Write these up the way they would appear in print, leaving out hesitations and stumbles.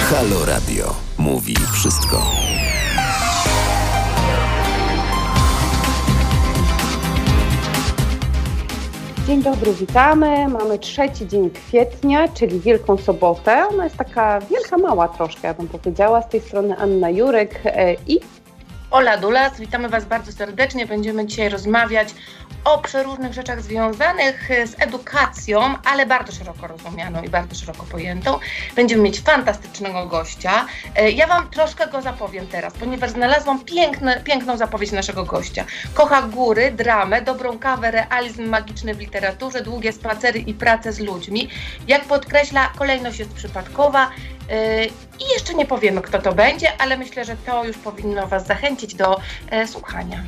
Halo Radio mówi wszystko. Dzień dobry, witamy. Mamy 3 dzień kwietnia, czyli Wielką Sobotę. Ona jest taka wielka, mała troszkę, ja bym powiedziała. Z tej strony Anna Jurek i Ola Dulas. Witamy Was bardzo serdecznie. Będziemy dzisiaj rozmawiać o przeróżnych rzeczach związanych z edukacją, ale bardzo szeroko rozumianą i bardzo szeroko pojętą. Będziemy mieć fantastycznego gościa. Ja Wam troszkę go zapowiem teraz, ponieważ znalazłam piękną zapowiedź naszego gościa. Kocha góry, dramę, dobrą kawę, realizm magiczny w literaturze, długie spacery i pracę z ludźmi. Jak podkreśla, kolejność jest przypadkowa. I jeszcze nie powiemy, kto to będzie, ale myślę, że to już powinno Was zachęcić do słuchania.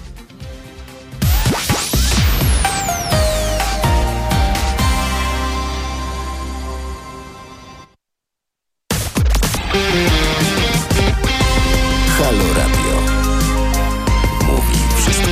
Halo Radio mówi wszystko.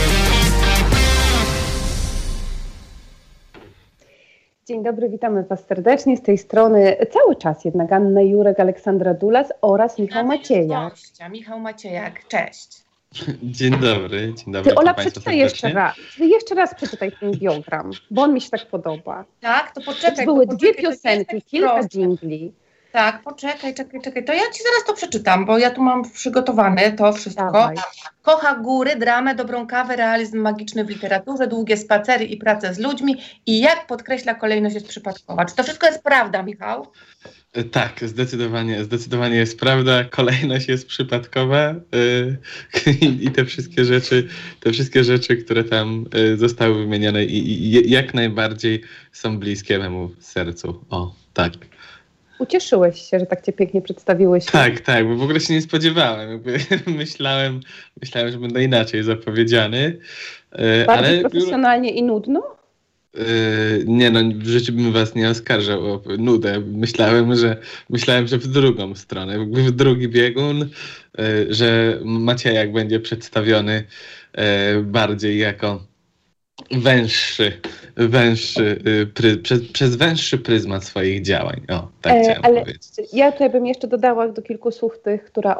Dzień dobry, witamy Was serdecznie. Z tej strony cały czas jednak Anna Jurek, Aleksandra Dulas oraz Michał Maciejak. Michał Maciejak, cześć. Dzień dobry. Ty, Ola, przeczytaj jeszcze raz. Jeszcze raz przeczytaj ten biogram, bo on mi się tak podoba. Tak, to poczekaj. Były 2 piosenki, kilka dżingli. Tak, poczekaj. To ja Ci zaraz to przeczytam, bo ja tu mam przygotowane to wszystko. Dawaj. Kocha góry, dramę, dobrą kawę, realizm magiczny w literaturze, długie spacery i pracę z ludźmi i jak podkreśla, kolejność jest przypadkowa. Czy to wszystko jest prawda, Michał? Tak, zdecydowanie jest prawda. Kolejność jest przypadkowa i te wszystkie rzeczy, które tam zostały wymienione i jak najbardziej są bliskie memu sercu. O, tak. Ucieszyłeś się, że tak Cię pięknie przedstawiłeś. Tak, bo w ogóle się nie spodziewałem. Myślałem, że będę inaczej zapowiedziany. Bardziej profesjonalnie i nudno? Nie, w życiu bym Was nie oskarżał o nudę. Myślałem, że w drugą stronę, w drugi biegun, że Maciejak będzie przedstawiony bardziej jako przez węższy pryzmat swoich działań. O, tak chciałem powiedzieć. Ja tutaj bym jeszcze dodała do kilku słów tych, które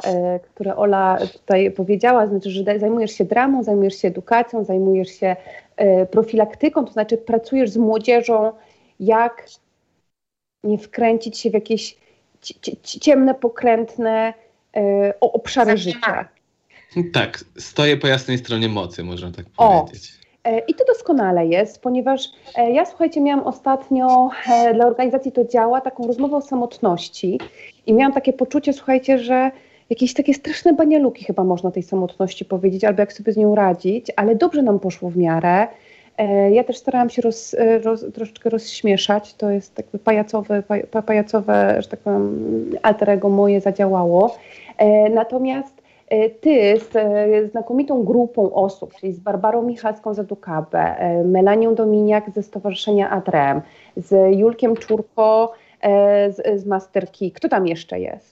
Ola tutaj powiedziała, znaczy, że zajmujesz się dramą, zajmujesz się edukacją, zajmujesz się profilaktyką, to znaczy pracujesz z młodzieżą, jak nie wkręcić się w jakieś ciemne, pokrętne obszary życia. Tak, stoję po jasnej stronie mocy, można tak powiedzieć. I to doskonale jest, ponieważ ja, słuchajcie, miałam ostatnio dla organizacji To Działa taką rozmowę o samotności i miałam takie poczucie, słuchajcie, że jakieś takie straszne banialuki chyba można tej samotności powiedzieć, albo jak sobie z nią radzić, ale dobrze nam poszło w miarę. Ja też starałam się troszeczkę rozśmieszać, to jest tak pajacowe, że tak powiem, alter ego moje zadziałało. Natomiast Ty z znakomitą grupą osób, czyli z Barbarą Michalską z Edukabę, Melanią Dominiak ze Stowarzyszenia ADREM, z Julkiem Czurko z Master Key. Kto tam jeszcze jest?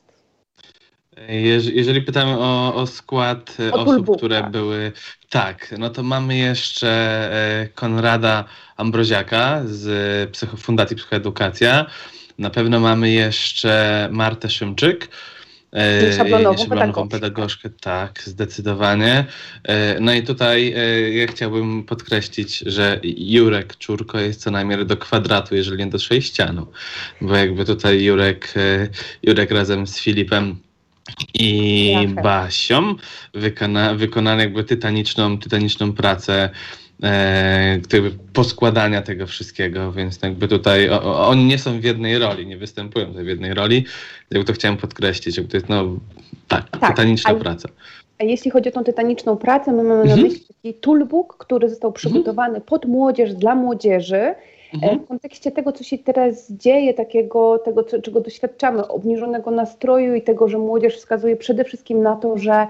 Jeżeli pytamy o skład osób, które były... Tak, no to mamy jeszcze Konrada Ambroziaka z Fundacji Psychoedukacja. Na pewno mamy jeszcze Martę Szymczyk, szablonową pedagogzkę, tak, zdecydowanie. No i tutaj ja chciałbym podkreślić, że Jurek Czurko jest co najmniej do kwadratu, jeżeli nie do sześcianu, bo jakby tutaj Jurek razem z Filipem i Basią wykonali jakby tytaniczną pracę jakby poskładania tego wszystkiego, więc jakby tutaj oni nie są w jednej roli, nie występują tutaj w jednej roli, jakby to chciałem podkreślić, jakby to jest tytaniczna praca. A jeśli chodzi o tą tytaniczną pracę, my mamy na myśli taki toolbook, który został przygotowany pod młodzież, dla młodzieży, w kontekście tego, co się teraz dzieje, tego, czego doświadczamy, obniżonego nastroju i tego, że młodzież wskazuje przede wszystkim na to, że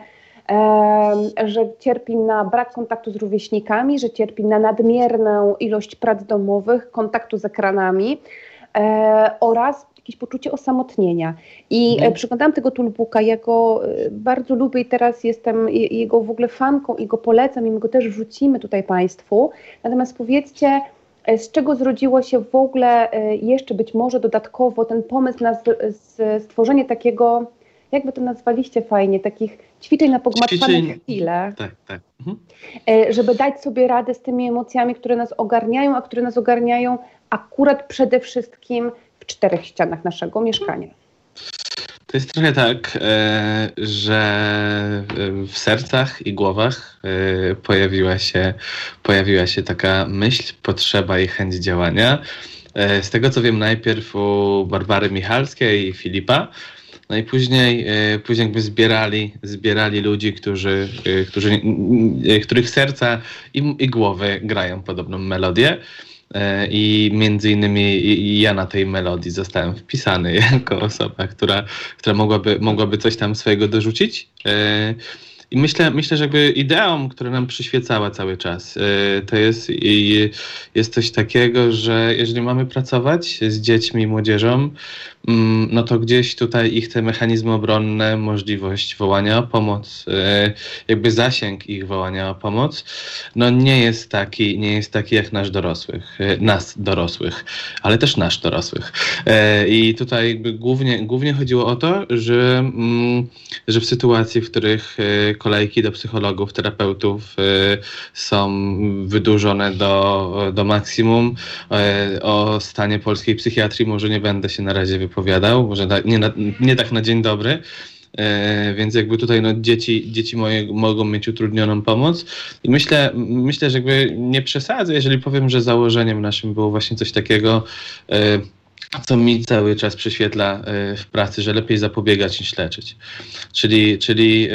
cierpi na brak kontaktu z rówieśnikami, że cierpi na nadmierną ilość prac domowych, kontaktu z ekranami oraz jakieś poczucie osamotnienia. I przeglądałam tego toolbooka, ja go bardzo lubię i teraz jestem jego w ogóle fanką i go polecam i my go też wrzucimy tutaj Państwu. Natomiast powiedzcie, z czego zrodziło się w ogóle jeszcze być może dodatkowo ten pomysł na stworzenie takiego, jakby to nazwaliście fajnie, takich ćwiczeń na pogmatwane chwile. Tak. Żeby dać sobie radę z tymi emocjami, które nas ogarniają, a które nas ogarniają akurat przede wszystkim w 4 ścianach naszego mieszkania. To jest trochę tak, że w sercach i głowach pojawiła się taka myśl, potrzeba i chęć działania. Z tego co wiem, najpierw u Barbary Michalskiej i Filipa, no i później jakby zbierali ludzi, których serca i głowy grają podobną melodię. I między innymi ja na tej melodii zostałem wpisany jako osoba, która mogłaby coś tam swojego dorzucić. I myślę, że jakby ideą, która nam przyświecała cały czas, to jest coś takiego, że jeżeli mamy pracować z dziećmi i młodzieżą, no to gdzieś tutaj ich te mechanizmy obronne, możliwość wołania o pomoc, jakby zasięg ich wołania o pomoc, no nie jest taki jak nas dorosłych, ale też nasz dorosłych. I tutaj jakby głównie chodziło o to, że w sytuacji, w których kolejki do psychologów, terapeutów są wydłużone do maksimum, o stanie polskiej psychiatrii może nie będę się na razie wypowiadał, może nie tak na dzień dobry, więc jakby tutaj dzieci moje mogą mieć utrudnioną pomoc i myślę, że jakby nie przesadzę, jeżeli powiem, że założeniem naszym było właśnie coś takiego, co mi cały czas przyświetla w pracy, że lepiej zapobiegać niż leczyć. Czyli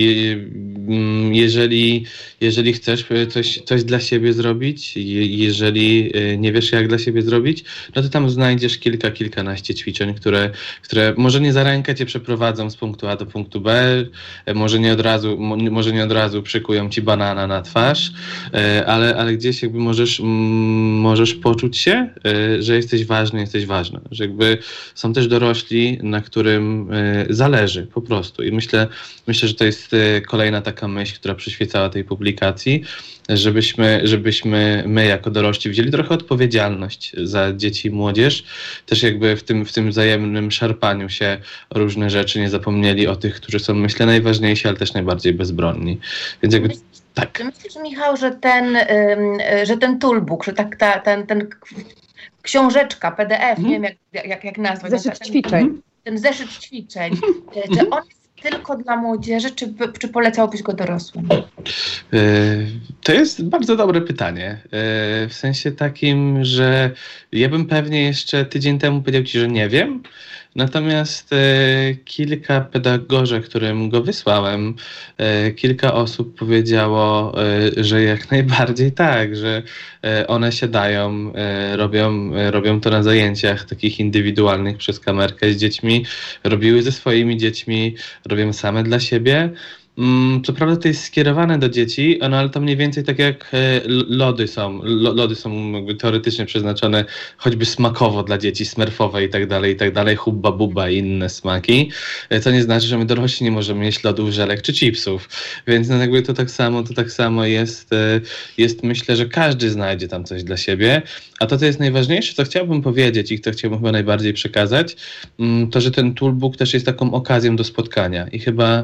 jeżeli chcesz coś dla siebie zrobić, jeżeli nie wiesz jak dla siebie zrobić, no to tam znajdziesz kilkanaście ćwiczeń, które może nie za rękę cię przeprowadzą z punktu A do punktu B, może nie od razu przykują ci banana na twarz, ale gdzieś jakby możesz poczuć się, że jesteś ważny, że jakby są też dorośli, na którym zależy po prostu. I myślę, że to jest kolejna taka myśl, która przyświecała tej publikacji, żebyśmy my jako dorośli wzięli trochę odpowiedzialność za dzieci i młodzież, też jakby w tym wzajemnym szarpaniu się o różne rzeczy nie zapomnieli o tych, którzy są myślę najważniejsi, ale też najbardziej bezbronni. Więc jakby tak. Czy myślisz, Michał, że ten toolbook, że ten książeczka, PDF, nie wiem jak nazwać. Zeszyt ćwiczeń. Ten zeszyt ćwiczeń, czy on jest tylko dla młodzieży, czy polecałbyś go dorosłym? To jest bardzo dobre pytanie. W sensie takim, że ja bym pewnie jeszcze tydzień temu powiedział ci, że nie wiem. Natomiast kilka pedagożek, którym go wysłałem, kilka osób powiedziało, że jak najbardziej tak, że one siadają, robią to na zajęciach takich indywidualnych przez kamerkę z dziećmi, robiły ze swoimi dziećmi, robią same dla siebie. Co prawda to jest skierowane do dzieci, ale to mniej więcej tak jak lody są jakby teoretycznie przeznaczone choćby smakowo dla dzieci, smerfowe i tak dalej, hubba bubba i inne smaki, co nie znaczy, że my dorośli nie możemy jeść lodów, żelek czy chipsów, więc no jakby to tak samo jest, myślę, że każdy znajdzie tam coś dla siebie, a to co jest najważniejsze, co chciałbym powiedzieć i co chciałbym chyba najbardziej przekazać, to że ten toolbook też jest taką okazją do spotkania i chyba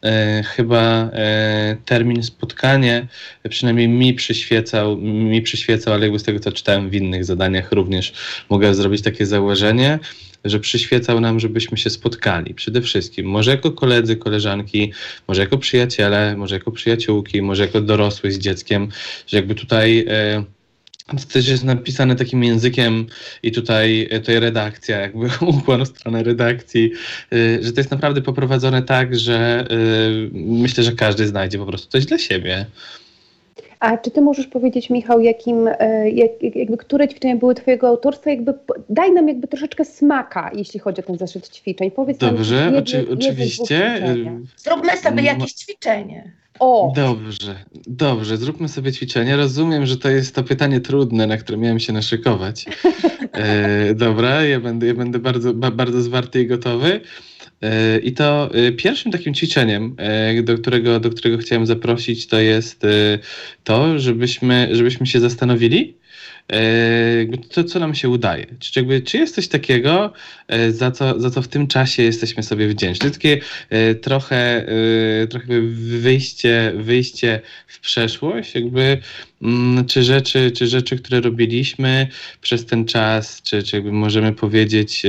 termin spotkanie przynajmniej mi przyświecał, ale jakby z tego co czytałem w innych zadaniach również mogę zrobić takie założenie, że przyświecał nam, żebyśmy się spotkali przede wszystkim, może jako koledzy, koleżanki, może jako przyjaciele, może jako przyjaciółki, może jako dorosły z dzieckiem, że jakby tutaj to też jest napisane takim językiem i tutaj redakcja, jakby ukłon w stronę redakcji, że to jest naprawdę poprowadzone tak, że myślę, że każdy znajdzie po prostu coś dla siebie. A czy ty możesz powiedzieć, Michał, które ćwiczenia były twojego autorstwa? Daj nam jakby troszeczkę smaka, jeśli chodzi o ten zeszyt ćwiczeń. Powiedz Dobrze, oczywiście. Zróbmy sobie jakieś ćwiczenie. Dobrze, zróbmy sobie ćwiczenie. Rozumiem, że to jest to pytanie trudne, na które miałem się naszykować. Dobra, ja będę bardzo, bardzo zwarty i gotowy. I to pierwszym takim ćwiczeniem, do którego chciałem zaprosić, to jest to, żebyśmy się zastanowili, to, co nam się udaje. Czy jest coś takiego, za co w tym czasie jesteśmy sobie wdzięczni? Takie trochę wyjście w przeszłość, czy rzeczy, które robiliśmy przez ten czas, czy możemy powiedzieć,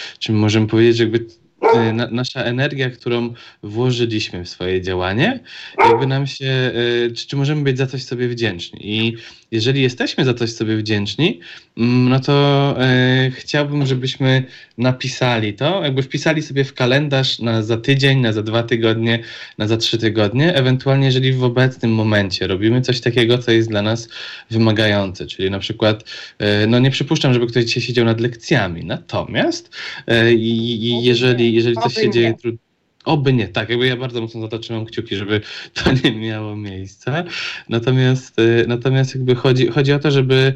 że nasza energia, którą włożyliśmy w swoje działanie, nam się, czy możemy być za coś sobie wdzięczni. I jeżeli jesteśmy za coś sobie wdzięczni, no to chciałbym, żebyśmy napisali to, wpisali sobie w kalendarz za tydzień, na za 2 tygodnie, na za 3 tygodnie, ewentualnie jeżeli w obecnym momencie robimy coś takiego, co jest dla nas wymagające, czyli na przykład, nie przypuszczam, żeby ktoś dzisiaj siedział nad lekcjami, natomiast jeżeli coś się dzieje trudno, oby nie, tak, ja bardzo mocno za to trzymam kciuki, żeby to nie miało miejsca. Natomiast chodzi o to, żeby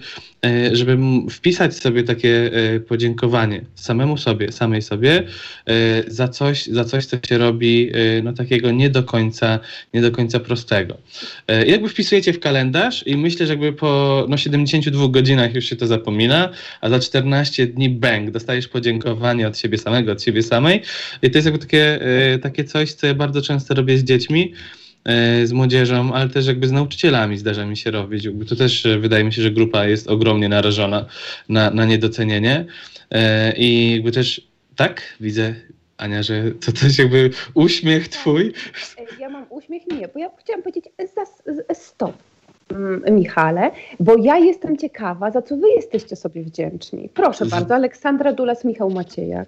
wpisać sobie takie podziękowanie samemu sobie, samej sobie za coś, co się robi takiego nie do końca prostego. Wpisujecie w kalendarz i myślę, że po 72 godzinach już się to zapomina, a za 14 dni bang, dostajesz podziękowanie od siebie samego, od siebie samej. I to jest takie coś, co ja bardzo często robię z dziećmi, z młodzieżą, ale też z nauczycielami zdarza mi się robić. To też wydaje mi się, że grupa jest ogromnie narażona na niedocenienie. I też tak widzę, Ania, że to też uśmiech twój. Ja mam uśmiech, nie, bo ja chciałam powiedzieć stop, Michale, bo ja jestem ciekawa, za co wy jesteście sobie wdzięczni. Proszę bardzo, Aleksandra Dulas, Michał Maciejak.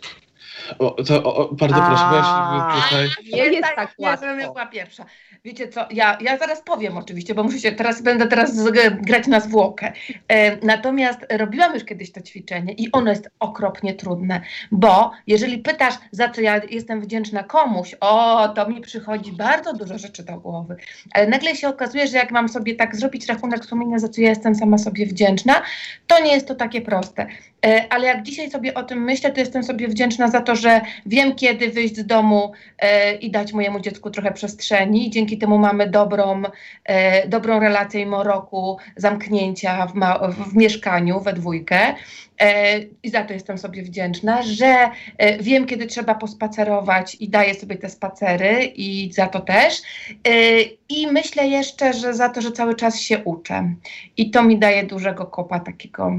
Bardzo proszę, tutaj... Nie jest tak łatwo. Ja była pierwsza. Wiecie co, ja zaraz powiem oczywiście, bo będę teraz grać na zwłokę. Natomiast robiłam już kiedyś to ćwiczenie i ono jest okropnie trudne, bo jeżeli pytasz, za co ja jestem wdzięczna komuś, to mi przychodzi bardzo dużo rzeczy do głowy. Ale nagle się okazuje, że jak mam sobie tak zrobić rachunek sumienia, za co ja jestem sama sobie wdzięczna, to nie jest to takie proste. Ale jak dzisiaj sobie o tym myślę, to jestem sobie wdzięczna za to, że wiem, kiedy wyjść z domu i dać mojemu dziecku trochę przestrzeni. Dzięki temu mamy dobrą relację mimo roku zamknięcia w mieszkaniu we dwójkę. I za to jestem sobie wdzięczna, że wiem, kiedy trzeba pospacerować i daję sobie te spacery i za to też. I myślę jeszcze, że za to, że cały czas się uczę. I to mi daje dużego kopa takiego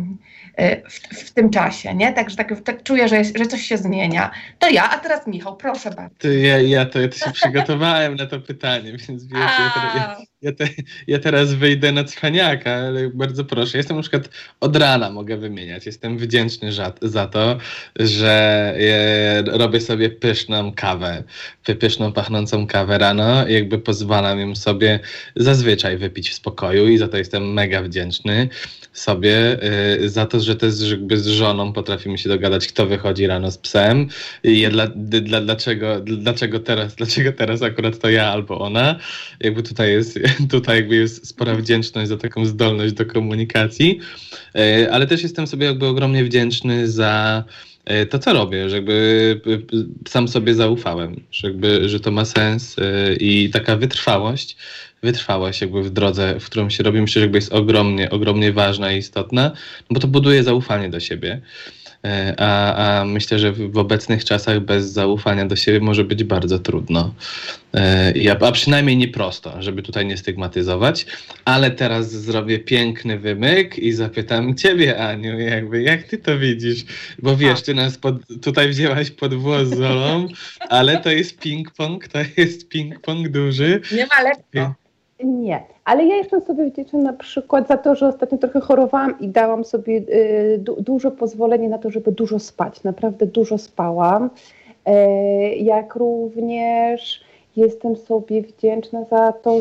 w tym czasie, nie? Także tak czuję, że coś się zmienia. To ja, a teraz Michał, proszę bardzo. Ja się przygotowałem na to pytanie, więc wiesz, ja teraz wyjdę na cwaniaka, ale bardzo proszę. Jestem na przykład od rana, mogę wymieniać. Jestem wdzięczny za to, że robię sobie pyszną kawę, pyszną, pachnącą kawę rano i pozwalam ją sobie zazwyczaj wypić w spokoju i za to jestem mega wdzięczny sobie za to, że też z żoną potrafimy się dogadać, kto wychodzi rano z psem i dlaczego teraz akurat to ja albo ona. Tutaj jest spora wdzięczność za taką zdolność do komunikacji, ale też jestem sobie ogromnie wdzięczny za to, co robię, że sam sobie zaufałem, że to ma sens i taka wytrwałość w drodze, w którą się robi, myślę, że jest ogromnie ważna i istotna, bo to buduje zaufanie do siebie. A myślę, że w obecnych czasach bez zaufania do siebie może być bardzo trudno. A przynajmniej nieprosto, żeby tutaj nie stygmatyzować. Ale teraz zrobię piękny wymyk i zapytam ciebie, Aniu, jak ty to widzisz? Bo wiesz, ty nas tutaj wzięłaś pod włos z Olą, ale to jest ping-pong duży. Nie ma lekko. Nie, ale ja jestem sobie wdzięczna na przykład za to, że ostatnio trochę chorowałam i dałam sobie dużo pozwolenie na to, żeby dużo spać. Naprawdę dużo spałam. Jak również jestem sobie wdzięczna za to,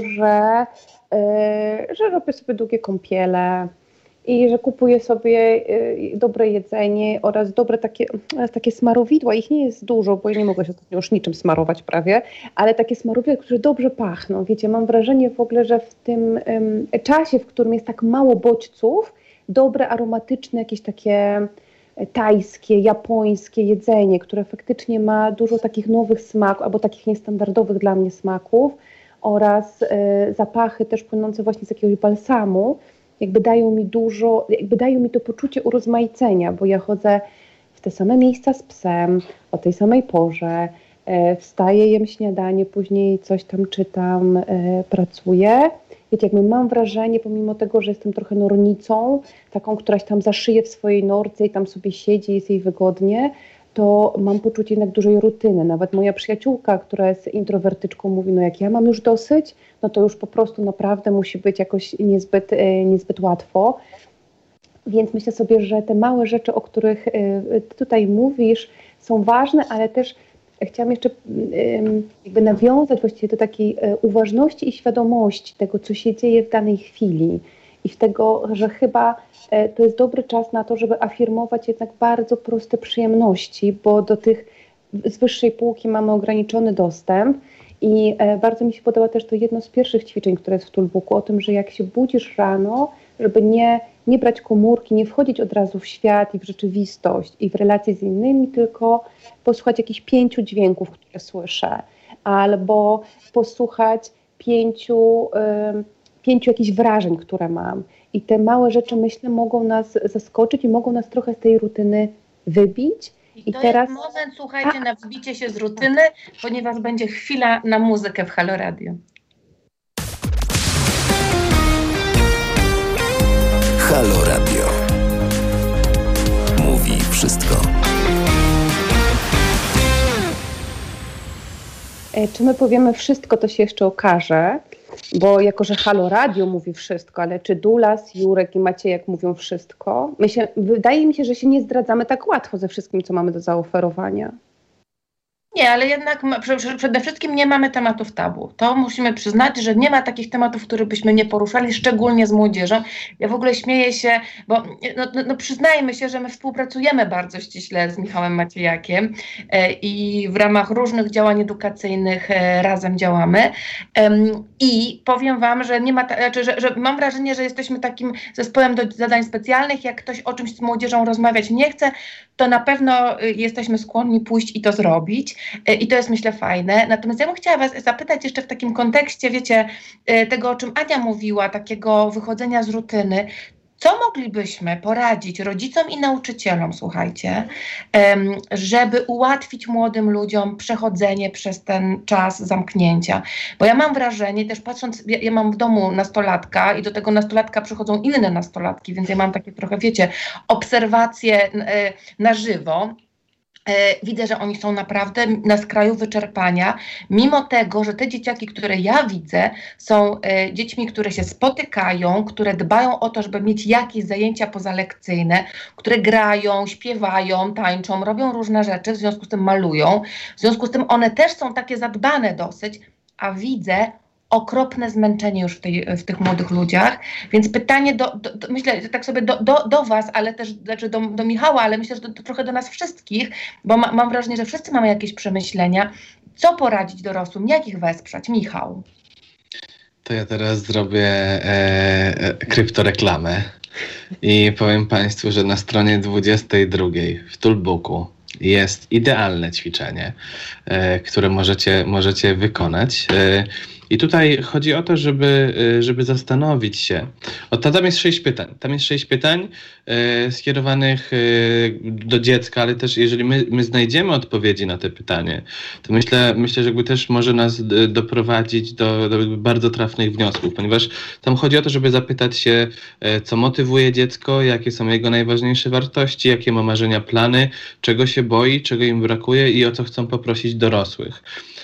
że robię sobie długie kąpiele i że kupuję sobie dobre jedzenie oraz dobre takie smarowidła. Ich nie jest dużo, bo ja nie mogę się ostatnio już niczym smarować prawie, ale takie smarowidła, które dobrze pachną. Wiecie, mam wrażenie w ogóle, że w tym czasie, w którym jest tak mało bodźców, dobre, aromatyczne, jakieś takie tajskie, japońskie jedzenie, które faktycznie ma dużo takich nowych smaków albo takich niestandardowych dla mnie smaków oraz zapachy też płynące właśnie z jakiegoś balsamu, jakby dają mi dużo, jakby dają mi to poczucie urozmaicenia, bo ja chodzę w te same miejsca z psem, o tej samej porze, wstaję, jem śniadanie, później coś tam czytam, pracuję. Wiecie, jakby mam wrażenie, pomimo tego, że jestem trochę nornicą, taką, która się tam zaszyje w swojej norce i tam sobie siedzi, jest jej wygodnie, to mam poczucie jednak dużej rutyny. Nawet moja przyjaciółka, która jest introwertyczką, mówi, no jak ja mam już dosyć, no to już po prostu naprawdę musi być jakoś niezbyt łatwo. Więc myślę sobie, że te małe rzeczy, o których ty tutaj mówisz, są ważne, ale też chciałam jeszcze jakby nawiązać właściwie do takiej uważności i świadomości tego, co się dzieje w danej chwili i w tego, że chyba to jest dobry czas na to, żeby afirmować jednak bardzo proste przyjemności, bo do tych z wyższej półki mamy ograniczony dostęp i bardzo mi się podoba też to jedno z pierwszych ćwiczeń, które jest w Toolbooku, o tym, że jak się budzisz rano, żeby nie brać komórki, nie wchodzić od razu w świat i w rzeczywistość i w relacje z innymi, tylko posłuchać jakichś 5 dźwięków, które słyszę, albo posłuchać 5 jakichś wrażeń, które mam. I te małe rzeczy, myślę, mogą nas zaskoczyć i mogą nas trochę z tej rutyny wybić. I to teraz jest moment, słuchajcie, na wbicie się z rutyny, ponieważ będzie chwila na muzykę w Halo Radio. Halo Radio. Mówi wszystko. Czy my powiemy wszystko, to się jeszcze okaże, bo jako, że Halo Radio mówi wszystko, ale czy Dulas, Jurek i Maciejek mówią wszystko? Wydaje mi się, że się nie zdradzamy tak łatwo ze wszystkim, co mamy do zaoferowania. Nie, ale jednak przede wszystkim nie mamy tematów tabu. To musimy przyznać, że nie ma takich tematów, których byśmy nie poruszali, szczególnie z młodzieżą. Ja w ogóle śmieję się, bo przyznajmy się, że my współpracujemy bardzo ściśle z Michałem Maciejakiem i w ramach różnych działań edukacyjnych razem działamy. I powiem wam, że nie ma, że mam wrażenie, że jesteśmy takim zespołem do zadań specjalnych. Jak ktoś o czymś z młodzieżą rozmawiać nie chce, to na pewno jesteśmy skłonni pójść i to zrobić. I to jest, myślę, fajne. Natomiast ja bym chciała was zapytać jeszcze w takim kontekście, wiecie, tego, o czym Ania mówiła, takiego wychodzenia z rutyny. Co moglibyśmy poradzić rodzicom i nauczycielom, słuchajcie, żeby ułatwić młodym ludziom przechodzenie przez ten czas zamknięcia? Bo ja mam wrażenie, też patrząc, ja mam w domu nastolatka i do tego nastolatka przychodzą inne nastolatki, więc ja mam takie trochę, wiecie, obserwacje na żywo. Widzę, że oni są naprawdę na skraju wyczerpania, mimo tego, że te dzieciaki, które ja widzę, są dziećmi, które się spotykają, które dbają o to, żeby mieć jakieś zajęcia pozalekcyjne, które grają, śpiewają, tańczą, robią różne rzeczy, w związku z tym malują, w związku z tym one też są takie zadbane dosyć, a widzę okropne zmęczenie już w tych młodych ludziach, więc pytanie myślę, tak sobie do was, ale też znaczy do Michała, ale myślę, że to trochę do nas wszystkich, bo mam wrażenie, że wszyscy mamy jakieś przemyślenia. Co poradzić dorosłym? Jak ich wesprzeć? Michał. To ja teraz zrobię kryptoreklamę i powiem państwu, że na stronie 22 w Toolbooku jest idealne ćwiczenie, które możecie wykonać. I tutaj chodzi o to, żeby zastanowić się. Tam jest 6 pytań. Tam jest 6 pytań skierowanych do dziecka, ale też jeżeli my znajdziemy odpowiedzi na te pytanie, to myślę, że jakby też może nas doprowadzić do bardzo trafnych wniosków, ponieważ tam chodzi o to, żeby zapytać się, co motywuje dziecko, jakie są jego najważniejsze wartości, jakie ma marzenia, plany, czego się boi, czego im brakuje i o co chcą poprosić dorosłych.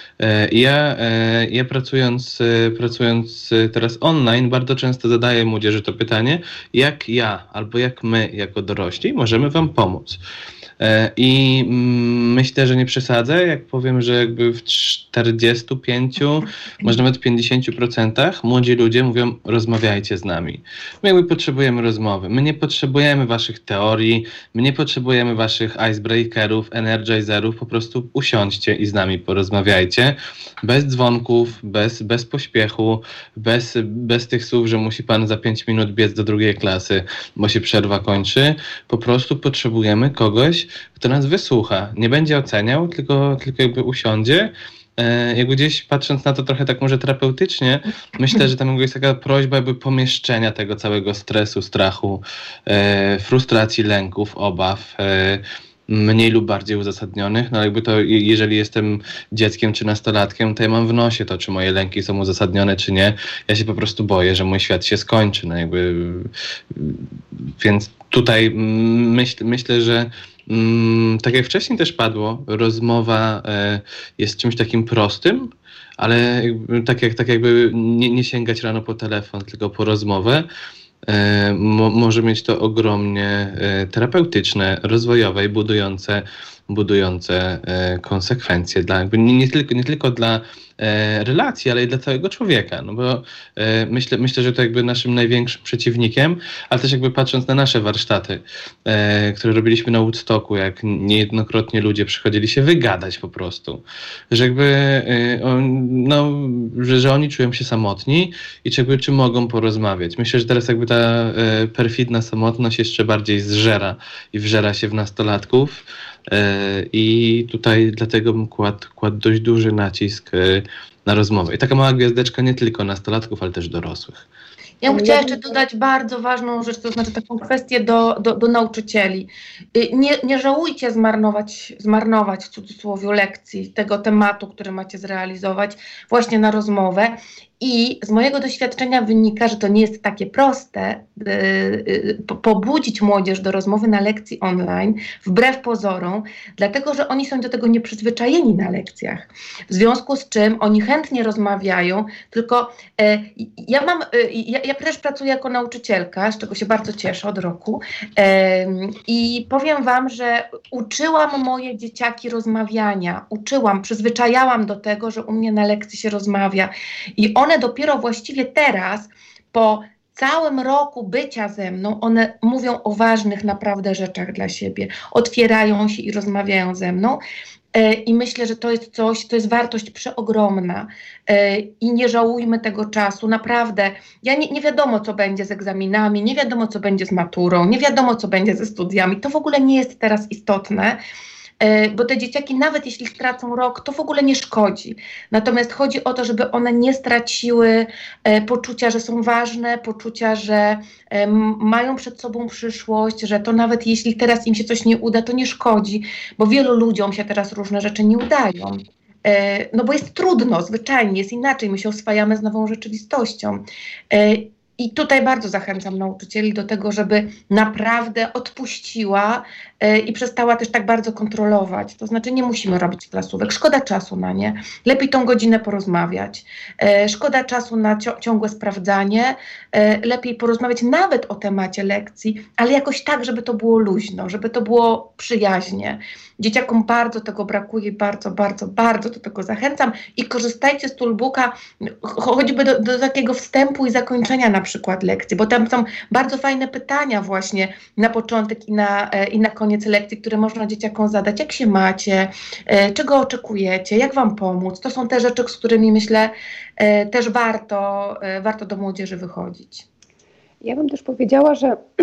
Ja pracując teraz online, bardzo często zadaję młodzieży to pytanie, jak ja albo jak my jako dorośli możemy wam pomóc. I myślę, że nie przesadzę, jak powiem, że jakby w 45, może nawet 50% młodzi ludzie mówią, rozmawiajcie z nami. My jakby potrzebujemy rozmowy. My nie potrzebujemy waszych teorii, my nie potrzebujemy waszych icebreakerów, energizerów, po prostu usiądźcie i z nami porozmawiajcie. Bez dzwonków, bez pośpiechu, bez tych słów, że musi pan za 5 minut biec do drugiej klasy, bo się przerwa kończy. Po prostu potrzebujemy kogoś, kto nas wysłucha. Nie będzie oceniał, tylko jakby usiądzie jakby gdzieś patrząc na to trochę tak może terapeutycznie, myślę, że tam jakby jest taka prośba jakby pomieszczenia tego całego stresu, strachu, frustracji, lęków, obaw, mniej lub bardziej uzasadnionych, no jakby to jeżeli jestem dzieckiem czy nastolatkiem, to ja mam w nosie to, czy moje lęki są uzasadnione, czy nie. Ja się po prostu boję, że mój świat się skończy, no jakby, więc tutaj myślę, że tak jak wcześniej też padło, rozmowa jest czymś takim prostym, ale tak jakby nie sięgać rano po telefon, tylko po rozmowę. Może mieć to ogromnie terapeutyczne, rozwojowe i budujące konsekwencje dla jakby nie tylko dla relacji, ale i dla całego człowieka, no bo myślę, że to jakby naszym największym przeciwnikiem, ale też jakby patrząc na nasze warsztaty, które robiliśmy na Woodstocku, jak niejednokrotnie ludzie przychodzili się wygadać po prostu, że jakby że oni czują się samotni i czy mogą porozmawiać. Myślę, że teraz jakby ta perfidna samotność jeszcze bardziej zżera i wżera się w nastolatków. I tutaj dlatego bym kładł dość duży nacisk na rozmowę. I taka mała gwiazdeczka nie tylko nastolatków, ale też dorosłych. Ja bym chciała jeszcze dodać bardzo ważną rzecz, to znaczy taką kwestię do nauczycieli. Nie żałujcie zmarnować w cudzysłowie lekcji tego tematu, który macie zrealizować właśnie na rozmowę. I z mojego doświadczenia wynika, że to nie jest takie proste pobudzić młodzież do rozmowy na lekcji online, wbrew pozorom, dlatego że oni są do tego nieprzyzwyczajeni na lekcjach. W związku z czym oni chętnie rozmawiają, tylko ja też pracuję jako nauczycielka, z czego się bardzo cieszę od roku i powiem wam, że uczyłam moje dzieciaki rozmawiania, przyzwyczajałam do tego, że u mnie na lekcji się rozmawia i one dopiero właściwie teraz, po całym roku bycia ze mną, one mówią o ważnych naprawdę rzeczach dla siebie, otwierają się i rozmawiają ze mną. I myślę, że to jest wartość przeogromna i nie żałujmy tego czasu, naprawdę. Nie wiadomo, co będzie z egzaminami, nie wiadomo, co będzie z maturą, nie wiadomo, co będzie ze studiami. To w ogóle nie jest teraz istotne, bo te dzieciaki, nawet jeśli stracą rok, to w ogóle nie szkodzi. Natomiast chodzi o to, żeby one nie straciły poczucia, że są ważne, poczucia, że mają przed sobą przyszłość, że to nawet jeśli teraz im się coś nie uda, to nie szkodzi, bo wielu ludziom się teraz różne rzeczy nie udają. No bo jest trudno, zwyczajnie, jest inaczej, my się oswajamy z nową rzeczywistością. I tutaj bardzo zachęcam nauczycieli do tego, żeby naprawdę odpuściła i przestała też tak bardzo kontrolować. To znaczy nie musimy robić klasówek, szkoda czasu na nie. Lepiej tą godzinę porozmawiać. Szkoda czasu na ciągłe sprawdzanie. Lepiej porozmawiać nawet o temacie lekcji, ale jakoś tak, żeby to było luźno, żeby to było przyjaźnie. Dzieciakom bardzo tego brakuje, bardzo, bardzo, bardzo do tego zachęcam i korzystajcie z toolbooka choćby do takiego wstępu i zakończenia na przykład lekcji, bo tam są bardzo fajne pytania właśnie na początek i na koniec lekcji, które można dzieciakom zadać. Jak się macie? Czego oczekujecie? Jak wam pomóc? To są te rzeczy, z którymi myślę też warto do młodzieży wychodzić. Ja bym też powiedziała,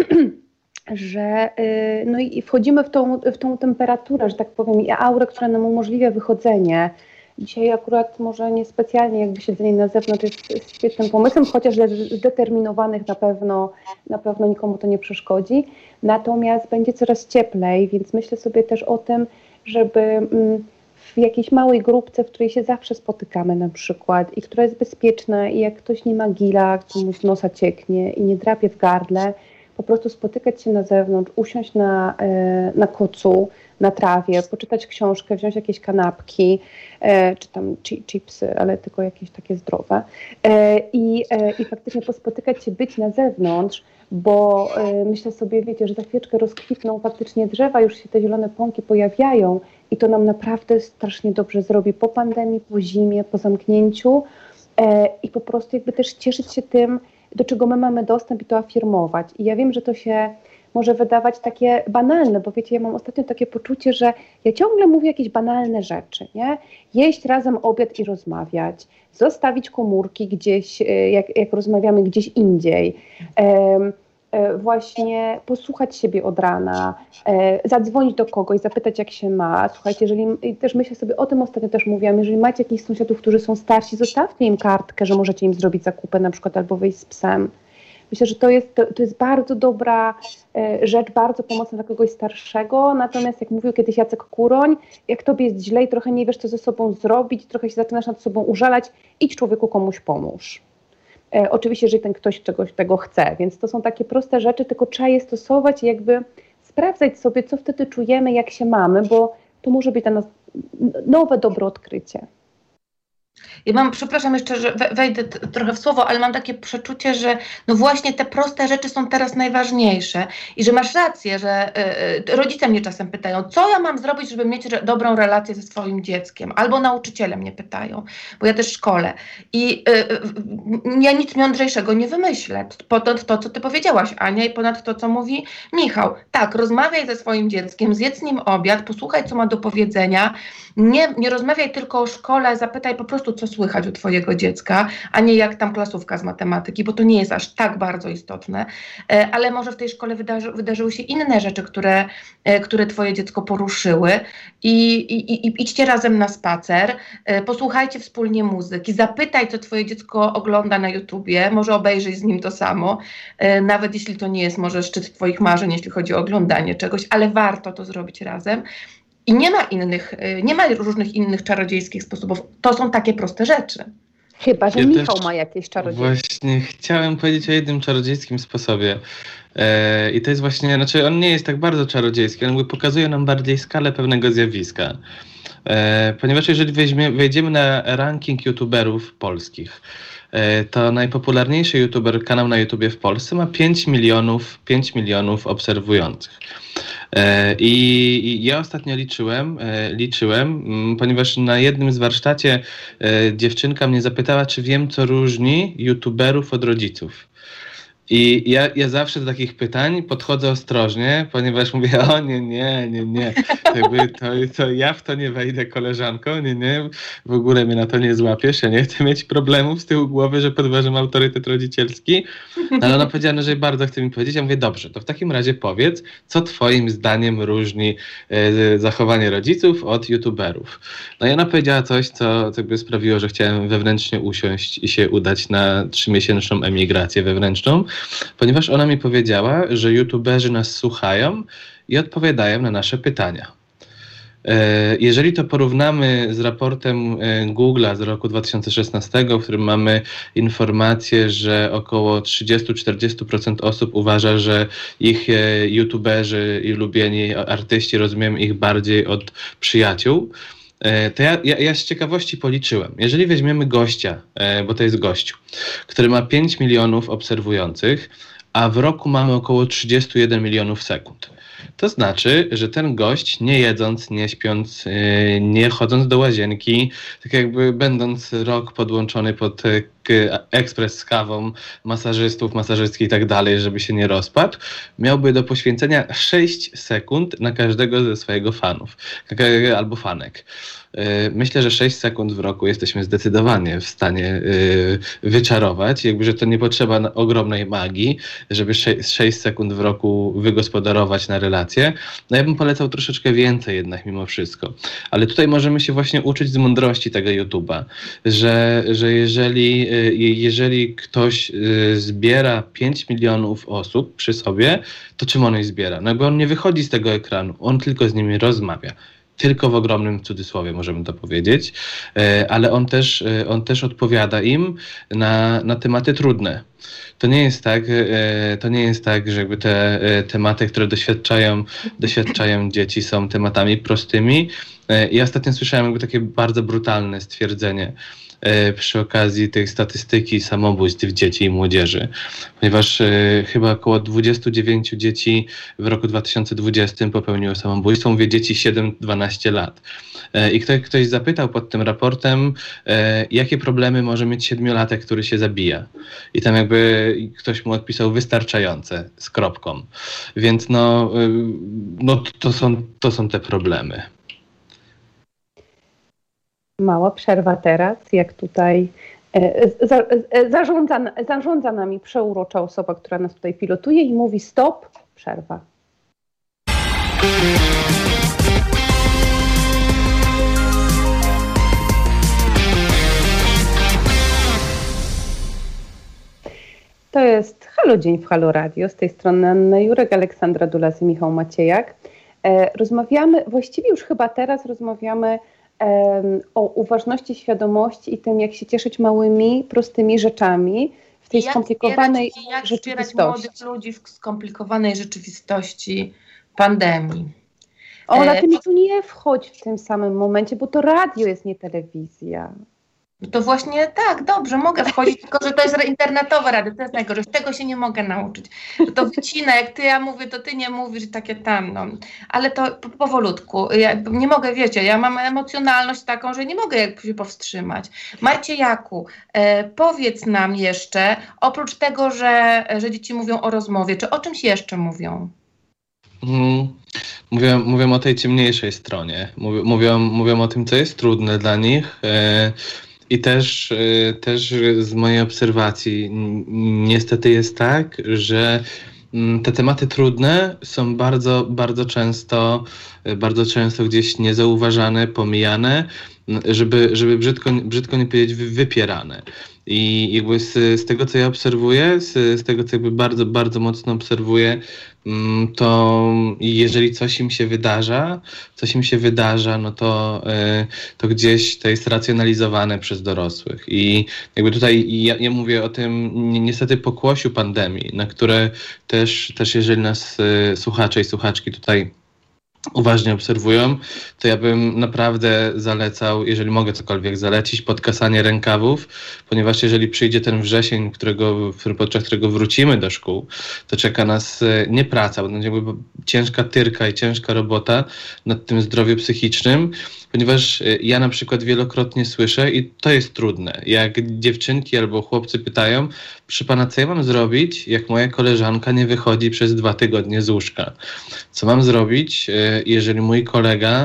że no i wchodzimy w tą temperaturę, że tak powiem, i aurę, która nam umożliwia wychodzenie. Dzisiaj akurat może niespecjalnie jakby siedzenie na zewnątrz jest świetnym pomysłem, chociaż dla zdeterminowanych na pewno nikomu to nie przeszkodzi. Natomiast będzie coraz cieplej, więc myślę sobie też o tym, żeby w jakiejś małej grupce, w której się zawsze spotykamy na przykład i która jest bezpieczna i jak ktoś nie ma gila, komuś z nosa cieknie i nie drapie w gardle, po prostu spotykać się na zewnątrz, usiąść na kocu, na trawie, poczytać książkę, wziąć jakieś kanapki, czy tam chipsy, ale tylko jakieś takie zdrowe i faktycznie pospotykać się, być na zewnątrz, bo myślę sobie, wiecie, że za chwileczkę rozkwitną faktycznie drzewa, już się te zielone pąki pojawiają i to nam naprawdę strasznie dobrze zrobi po pandemii, po zimie, po zamknięciu i po prostu jakby też cieszyć się tym, do czego my mamy dostęp i to afirmować. I ja wiem, że to się może wydawać takie banalne, bo wiecie, ja mam ostatnio takie poczucie, że ja ciągle mówię jakieś banalne rzeczy, nie? Jeść razem obiad i rozmawiać, zostawić komórki gdzieś, jak rozmawiamy gdzieś indziej, właśnie posłuchać siebie od rana, zadzwonić do kogoś, zapytać jak się ma. Słuchajcie, jeżeli, też myślę sobie, o tym ostatnio też mówiłam, jeżeli macie jakichś sąsiadów, którzy są starsi, zostawcie im kartkę, że możecie im zrobić zakupy na przykład albo wyjść z psem. Myślę, że to jest bardzo dobra rzecz, bardzo pomocna dla kogoś starszego, natomiast jak mówił kiedyś Jacek Kuroń, jak tobie jest źle i trochę nie wiesz, co ze sobą zrobić, trochę się zaczynasz nad sobą użalać, idź człowieku, komuś pomóż. Oczywiście, jeżeli ten ktoś czegoś tego chce, więc to są takie proste rzeczy, tylko trzeba je stosować i jakby sprawdzać sobie, co wtedy czujemy, jak się mamy, bo to może być dla nas nowe, dobre odkrycie. Ja mam, przepraszam jeszcze, że wejdę trochę w słowo, ale mam takie przeczucie, że no właśnie te proste rzeczy są teraz najważniejsze i że masz rację, że rodzice mnie czasem pytają, co ja mam zrobić, żeby mieć dobrą relację ze swoim dzieckiem, albo nauczyciele mnie pytają, bo ja też szkolę i ja nic mądrzejszego nie wymyślę, ponad to, co ty powiedziałaś, Ania, i ponad to, co mówi Michał. Tak, rozmawiaj ze swoim dzieckiem, zjedz z nim obiad, posłuchaj, co ma do powiedzenia, nie rozmawiaj tylko o szkole, zapytaj po prostu, co słychać u twojego dziecka, a nie jak tam klasówka z matematyki, bo to nie jest aż tak bardzo istotne, ale może w tej szkole wydarzyły się inne rzeczy, które twoje dziecko poruszyły i idźcie razem na spacer, posłuchajcie wspólnie muzyki, zapytaj, co twoje dziecko ogląda na YouTubie, może obejrzyj z nim to samo, nawet jeśli to nie jest może szczyt twoich marzeń, jeśli chodzi o oglądanie czegoś, ale warto to zrobić razem. I nie ma różnych innych czarodziejskich sposobów. To są takie proste rzeczy. Chyba, że Michał ma jakieś czarodziejstwo. Właśnie chciałem powiedzieć o jednym czarodziejskim sposobie. I to jest właśnie, znaczy on nie jest tak bardzo czarodziejski, on pokazuje nam bardziej skalę pewnego zjawiska. Ponieważ jeżeli wejdziemy na ranking youtuberów polskich, to najpopularniejszy youtuber, kanał na YouTubie w Polsce ma 5 milionów obserwujących. I ja ostatnio liczyłem, ponieważ na jednym z warsztacie dziewczynka mnie zapytała, czy wiem, co różni youtuberów od rodziców. I ja zawsze do takich pytań podchodzę ostrożnie, ponieważ mówię, o nie, to ja w to nie wejdę, koleżanko, nie, w ogóle mnie na to nie złapiesz, ja nie chcę mieć problemów z tyłu głowy, że podważam autorytet rodzicielski, ale ona powiedziała, no, że bardzo chce mi powiedzieć, ja mówię, dobrze, to w takim razie powiedz, co twoim zdaniem różni zachowanie rodziców od youtuberów. No i ona powiedziała coś, co jakby sprawiło, że chciałem wewnętrznie usiąść i się udać na 3-miesięczną emigrację wewnętrzną, ponieważ ona mi powiedziała, że youtuberzy nas słuchają i odpowiadają na nasze pytania. Jeżeli to porównamy z raportem Google'a z roku 2016, w którym mamy informację, że około 30-40% osób uważa, że ich youtuberzy i ulubieni artyści rozumieją ich bardziej od przyjaciół, to ja z ciekawości policzyłem. Jeżeli weźmiemy gościa, bo to jest gościu, który ma 5 milionów obserwujących, a w roku mamy około 31 milionów sekund. To znaczy, że ten gość, nie jedząc, nie śpiąc, nie chodząc do łazienki, tak jakby będąc rok podłączony pod ekspres z kawą, masażystów, masażystki i tak dalej, żeby się nie rozpadł, miałby do poświęcenia 6 sekund na każdego ze swojego fanów albo fanek. Myślę, że 6 sekund w roku jesteśmy zdecydowanie w stanie wyczarować, jakby, że to nie potrzeba ogromnej magii, żeby 6 sekund w roku wygospodarować na relacje. No ja bym polecał troszeczkę więcej jednak mimo wszystko. Ale tutaj możemy się właśnie uczyć z mądrości tego YouTube'a, że jeżeli ktoś zbiera 5 milionów osób przy sobie, to czym on ich zbiera? No bo on nie wychodzi z tego ekranu, on tylko z nimi rozmawia. Tylko w ogromnym cudzysłowie możemy to powiedzieć, ale on też odpowiada im na tematy trudne. To nie jest tak, że jakby te tematy, które doświadczają dzieci, są tematami prostymi. Ja ostatnio słyszałem jakby takie bardzo brutalne stwierdzenie przy okazji tej statystyki samobójstw dzieci i młodzieży, ponieważ chyba około 29 dzieci w roku 2020 popełniło samobójstwo, mówię dzieci 7-12 lat. I ktoś zapytał pod tym raportem, jakie problemy może mieć 7-latek, który się zabija. I tam jakby ktoś mu odpisał wystarczające, z kropką. Więc to są te problemy. Mała przerwa teraz, jak tutaj Zarządza nami przeurocza osoba, która nas tutaj pilotuje i mówi stop, przerwa. To jest Halo Dzień w Halo Radio. Z tej strony Anna Jurek, Aleksandra Dulas i Michał Maciejak. Rozmawiamy, właściwie już chyba teraz rozmawiamy o uważności, świadomości i tym, jak się cieszyć małymi, prostymi rzeczami w tej skomplikowanej rzeczywistości. Jak wspierać młodych ludzi w skomplikowanej rzeczywistości pandemii. Ola, ty mi tu nie wchodź w tym samym momencie, bo to radio jest, nie telewizja. To właśnie tak, dobrze, mogę wchodzić, tylko że to jest internetowe radio, to jest najgorsze, tego się nie mogę nauczyć. To wycina, jak ja mówię, to ty nie mówisz i takie tam, no. Ale to powolutku, ja nie mogę, wiecie, ja mam emocjonalność taką, że nie mogę się powstrzymać. Maciejaku, powiedz nam jeszcze, oprócz tego, że dzieci mówią o rozmowie, czy o czymś jeszcze mówią? Mówią o tej ciemniejszej stronie, mówią o tym, co jest trudne dla nich. I też z mojej obserwacji niestety jest tak, że te tematy trudne są bardzo, bardzo często gdzieś niezauważane, pomijane, żeby brzydko nie powiedzieć wypierane. I jakby z tego, co ja obserwuję, z tego, co jakby bardzo, bardzo mocno obserwuję, to jeżeli coś im się wydarza, no to gdzieś to jest racjonalizowane przez dorosłych. I jakby tutaj ja mówię o tym niestety pokłosiu pandemii, na które też jeżeli nas słuchacze i słuchaczki tutaj uważnie obserwują, to ja bym naprawdę zalecał, jeżeli mogę cokolwiek zalecić, podkasanie rękawów, ponieważ jeżeli przyjdzie ten wrzesień, podczas którego wrócimy do szkół, to czeka nas nie praca, bo będzie jakby ciężka tyrka i ciężka robota nad tym zdrowiem psychicznym, ponieważ ja na przykład wielokrotnie słyszę i to jest trudne, jak dziewczynki albo chłopcy pytają, proszę pana, co ja mam zrobić, jak moja koleżanka nie wychodzi przez 2 tygodnie z łóżka? Co mam zrobić, jeżeli mój kolega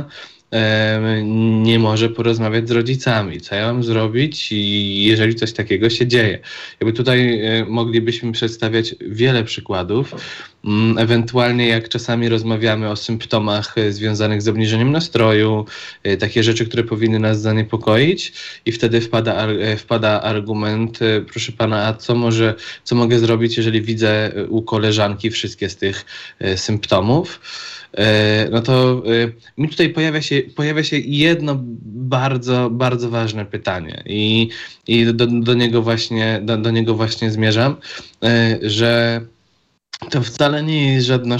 nie może porozmawiać z rodzicami? Co ja mam zrobić, jeżeli coś takiego się dzieje? Jakby tutaj moglibyśmy przedstawiać wiele przykładów. Ewentualnie jak czasami rozmawiamy o symptomach związanych z obniżeniem nastroju, takie rzeczy, które powinny nas zaniepokoić i wtedy wpada argument, proszę pana, a co mogę zrobić, jeżeli widzę u koleżanki wszystkie z tych symptomów? No to mi tutaj pojawia się jedno bardzo, bardzo ważne pytanie i do niego właśnie zmierzam, że to wcale nie jest żadna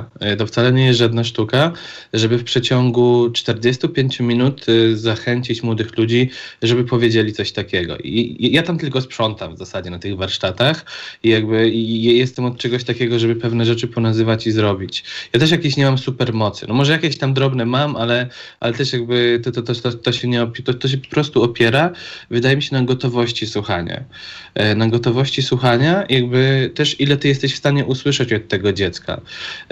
sztuka. Żeby w przeciągu 45 minut zachęcić młodych ludzi, żeby powiedzieli coś takiego. I ja tam tylko sprzątam w zasadzie na tych warsztatach i jestem od czegoś takiego, żeby pewne rzeczy ponazywać i zrobić. Ja też jakieś nie mam supermocy. No może jakieś tam drobne mam, ale też jakby to się po prostu opiera, wydaje mi się, na gotowości słuchania. Na gotowości słuchania, jakby też ile ty jesteś w stanie usłyszeć od tego dziecka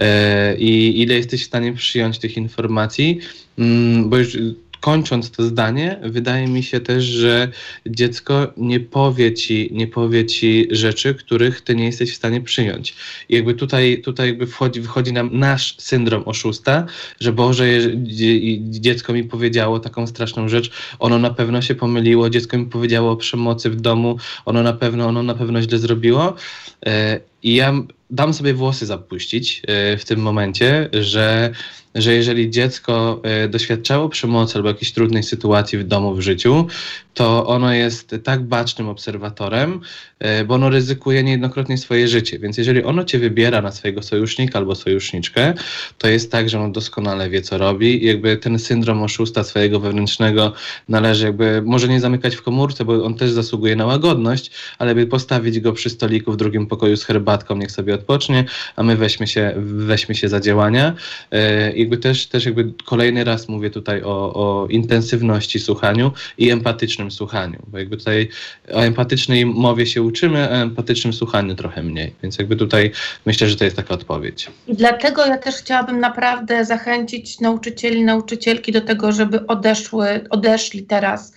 i ile jesteś w stanie przyjąć tych informacji, bo już kończąc to zdanie, wydaje mi się też, że dziecko nie powie ci rzeczy, których ty nie jesteś w stanie przyjąć. I jakby tutaj jakby wychodzi nam nasz syndrom oszusta, że Boże, dziecko mi powiedziało taką straszną rzecz, ono na pewno się pomyliło, dziecko mi powiedziało o przemocy w domu, ono na pewno źle zrobiło. I ja dam sobie włosy zapuścić w tym momencie, że jeżeli dziecko doświadczało przemocy albo jakiejś trudnej sytuacji w domu, w życiu, to ono jest tak bacznym obserwatorem, bo ono ryzykuje niejednokrotnie swoje życie. Więc jeżeli ono cię wybiera na swojego sojusznika albo sojuszniczkę, to jest tak, że ono doskonale wie, co robi. I jakby ten syndrom oszusta swojego wewnętrznego należy jakby może nie zamykać w komórce, bo on też zasługuje na łagodność, ale by postawić go przy stoliku w drugim pokoju z herbatką, niech sobie odpocznie, a my weźmy się za działania. Jakby też jakby kolejny raz mówię tutaj o intensywności słuchaniu i empatycznym słuchaniu, bo jakby tutaj o empatycznej mowie się uczymy, a empatycznym słuchaniu trochę mniej, więc jakby tutaj myślę, że to jest taka odpowiedź. I dlatego ja też chciałabym naprawdę zachęcić nauczycieli, nauczycielki do tego, żeby odeszli teraz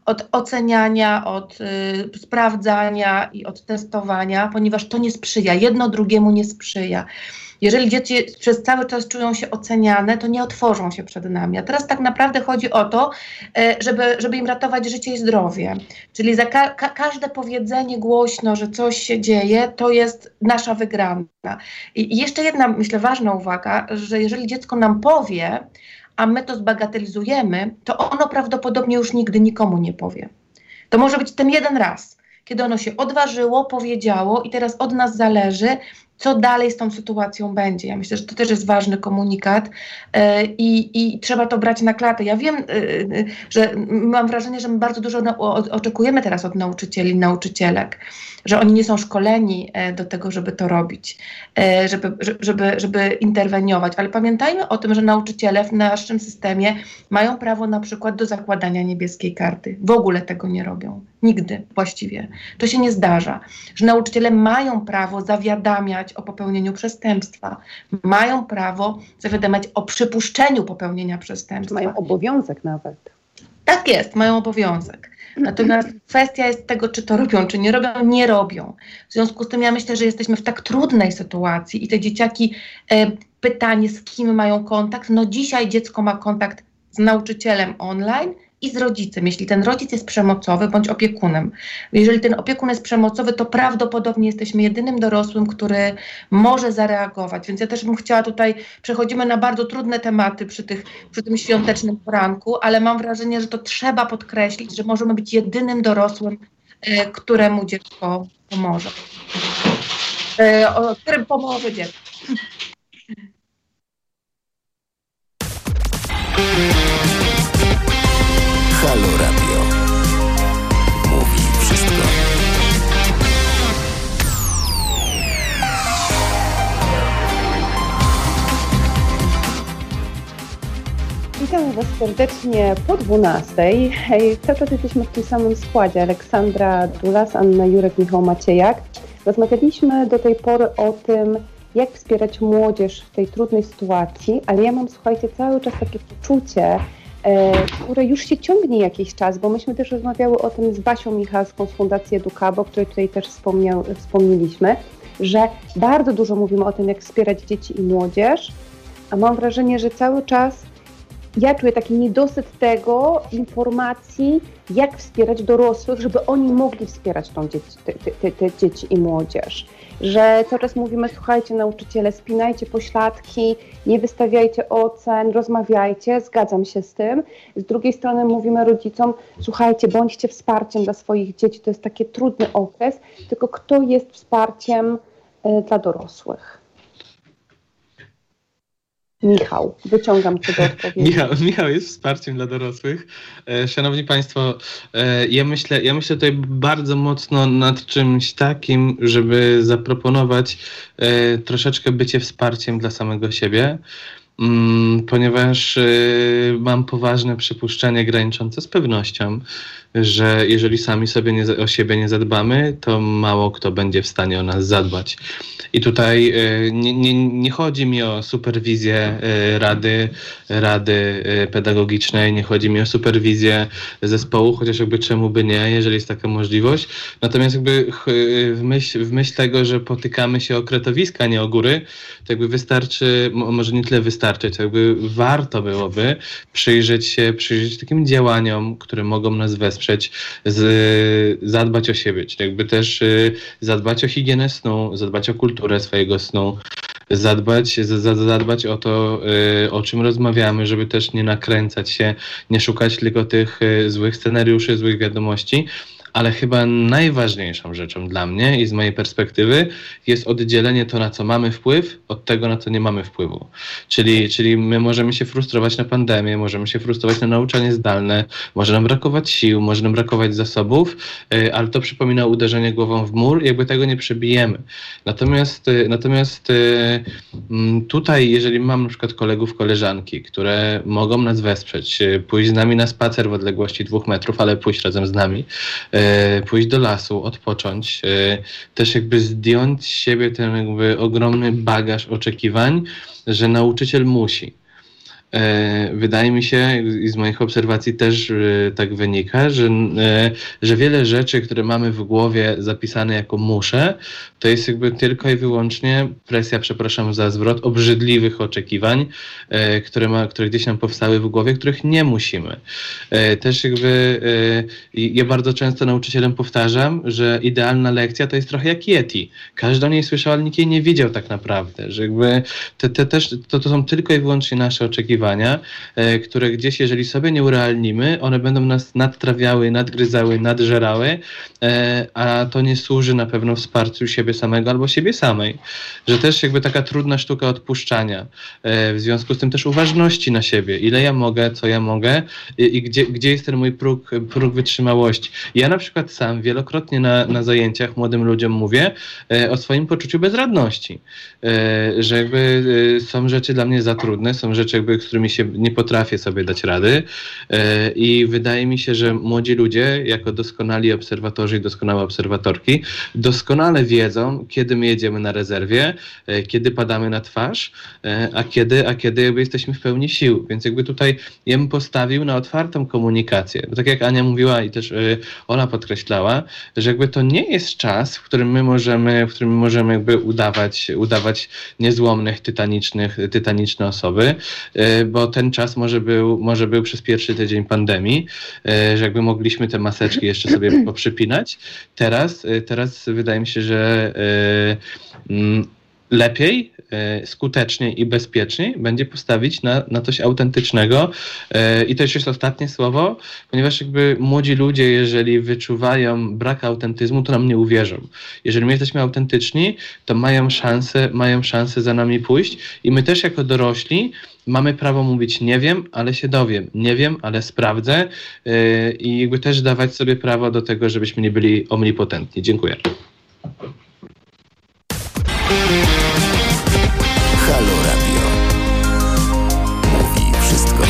od oceniania, od sprawdzania i od testowania, ponieważ to nie sprzyja, jedno drugiemu nie sprzyja. Jeżeli dzieci przez cały czas czują się oceniane, to nie otworzą się przed nami. A teraz tak naprawdę chodzi o to, żeby im ratować życie i zdrowie. Czyli za każde powiedzenie głośno, że coś się dzieje, to jest nasza wygrana. I jeszcze jedna, myślę, ważna uwaga, że jeżeli dziecko nam powie, a my to zbagatelizujemy, to ono prawdopodobnie już nigdy nikomu nie powie. To może być ten jeden raz, kiedy ono się odważyło, powiedziało i teraz od nas zależy, co dalej z tą sytuacją będzie. Ja myślę, że to też jest ważny komunikat i trzeba to brać na klatę. Ja wiem, że mam wrażenie, że my bardzo dużo oczekujemy teraz od nauczycieli, nauczycielek, że oni nie są szkoleni do tego, żeby to robić, żeby interweniować. Ale pamiętajmy o tym, że nauczyciele w naszym systemie mają prawo na przykład do zakładania niebieskiej karty. W ogóle tego nie robią. Nigdy właściwie. To się nie zdarza. Że nauczyciele mają prawo zawiadamiać o popełnieniu przestępstwa. Mają prawo zawiadamiać o przypuszczeniu popełnienia przestępstwa. Mają obowiązek nawet. Tak jest, mają obowiązek. Natomiast kwestia jest tego, czy to robią, czy nie robią. Nie robią. W związku z tym ja myślę, że jesteśmy w tak trudnej sytuacji i te dzieciaki, pytanie, z kim mają kontakt. No dzisiaj dziecko ma kontakt z nauczycielem online i z rodzicem, jeśli ten rodzic jest przemocowy bądź opiekunem. Jeżeli ten opiekun jest przemocowy, to prawdopodobnie jesteśmy jedynym dorosłym, który może zareagować. Więc ja też bym chciała tutaj, przechodzimy na bardzo trudne tematy przy tym świątecznym poranku, ale mam wrażenie, że to trzeba podkreślić, że możemy być jedynym dorosłym, któremu dziecko pomoże. Którym pomoże dziecko. Halo Radio. Mówi wszystko. Witam Was serdecznie po 12:00. Cały czas jesteśmy w tym samym składzie. Aleksandra Dulas, Anna Jurek, Michał Maciejak. Rozmawialiśmy do tej pory o tym, jak wspierać młodzież w tej trudnej sytuacji, ale ja mam, słuchajcie, cały czas takie poczucie, które już się ciągnie jakiś czas, bo myśmy też rozmawiały o tym z Basią Michalską z Fundacji Edukabo, o której tutaj też wspomnieliśmy, że bardzo dużo mówimy o tym, jak wspierać dzieci i młodzież, a mam wrażenie, że cały czas ja czuję taki niedosyt tego, informacji, jak wspierać dorosłych, żeby oni mogli wspierać te dzieci i młodzież. Że cały czas mówimy, słuchajcie, nauczyciele, spinajcie pośladki, nie wystawiajcie ocen, rozmawiajcie, zgadzam się z tym. Z drugiej strony mówimy rodzicom, słuchajcie, bądźcie wsparciem dla swoich dzieci, to jest taki trudny okres, tylko kto jest wsparciem dla dorosłych? Michał, wyciągam Cię do odpowiedzi. Michał jest wsparciem dla dorosłych. Szanowni Państwo, ja myślę tutaj bardzo mocno nad czymś takim, żeby zaproponować troszeczkę bycie wsparciem dla samego siebie, ponieważ mam poważne przypuszczenie graniczące z pewnością, że jeżeli sami sobie o siebie nie zadbamy, to mało kto będzie w stanie o nas zadbać. I tutaj nie chodzi mi o superwizję rady pedagogicznej, nie chodzi mi o superwizję zespołu, chociaż jakby czemu by nie, jeżeli jest taka możliwość. Natomiast jakby w myśl tego, że potykamy się o kretowiska, nie o góry, to jakby wystarczy, może nie tyle wystarczy, to jakby warto byłoby przyjrzeć się takim działaniom, które mogą nas wesprzeć, zadbać o siebie, czyli jakby też zadbać o higienę snu, zadbać o kulturę swojego snu, zadbać o to, o czym rozmawiamy, żeby też nie nakręcać się, nie szukać tylko tych złych scenariuszy, złych wiadomości. Ale chyba najważniejszą rzeczą dla mnie i z mojej perspektywy jest oddzielenie to, na co mamy wpływ, od tego, na co nie mamy wpływu. Czyli my możemy się frustrować na pandemię, możemy się frustrować na nauczanie zdalne, może nam brakować sił, może nam brakować zasobów, ale to przypomina uderzenie głową w mur i jakby tego nie przebijemy. Natomiast tutaj, jeżeli mam na przykład kolegów, koleżanki, które mogą nas wesprzeć, pójść z nami na spacer w odległości 2 metrów, ale pójść razem z nami, pójść do lasu, odpocząć, też jakby zdjąć z siebie ten jakby ogromny bagaż oczekiwań, że nauczyciel musi. Wydaje mi się i z moich obserwacji też tak wynika, że wiele rzeczy, które mamy w głowie zapisane jako muszę, to jest jakby tylko i wyłącznie presja, przepraszam za zwrot, obrzydliwych oczekiwań, które gdzieś nam powstały w głowie, których nie musimy. Też jakby ja bardzo często nauczycielom powtarzam, że idealna lekcja to jest trochę jak Yeti. Każdy o niej słyszał, ale nikt jej nie widział tak naprawdę, że jakby to są tylko i wyłącznie nasze oczekiwania, które gdzieś, jeżeli sobie nie urealnimy, one będą nas nadtrawiały, nadgryzały, nadżerały, a to nie służy na pewno wsparciu siebie samego albo siebie samej. Że też jakby taka trudna sztuka odpuszczania, w związku z tym też uważności na siebie, ile ja mogę, co ja mogę i gdzie jest ten mój próg wytrzymałości. Ja na przykład sam wielokrotnie na zajęciach młodym ludziom mówię o swoim poczuciu bezradności, że jakby są rzeczy dla mnie za trudne, są rzeczy jakby, z którymi się nie potrafię sobie dać rady i wydaje mi się, że młodzi ludzie jako doskonali obserwatorzy i doskonałe obserwatorki doskonale wiedzą, kiedy my jedziemy na rezerwie, kiedy padamy na twarz, a kiedy jakby jesteśmy w pełni sił. Więc jakby tutaj ja bym postawił na otwartą komunikację. Bo tak jak Ania mówiła i też Ola podkreślała, że jakby to nie jest czas, w którym my możemy jakby udawać niezłomnych, tytaniczne osoby, bo ten czas może był przez pierwszy tydzień pandemii, że jakby mogliśmy te maseczki jeszcze sobie poprzypinać. Teraz wydaje mi się, że lepiej, skuteczniej i bezpieczniej będzie postawić na coś autentycznego. I to już jest ostatnie słowo, ponieważ jakby młodzi ludzie, jeżeli wyczuwają brak autentyzmu, to nam nie uwierzą. Jeżeli my jesteśmy autentyczni, to mają szansę za nami pójść i my też jako dorośli mamy prawo mówić nie wiem, ale się dowiem, nie wiem, ale sprawdzę i jakby też dawać sobie prawo do tego, żebyśmy nie byli omnipotentni. Dziękuję. Halo Radio. Mówi wszystko.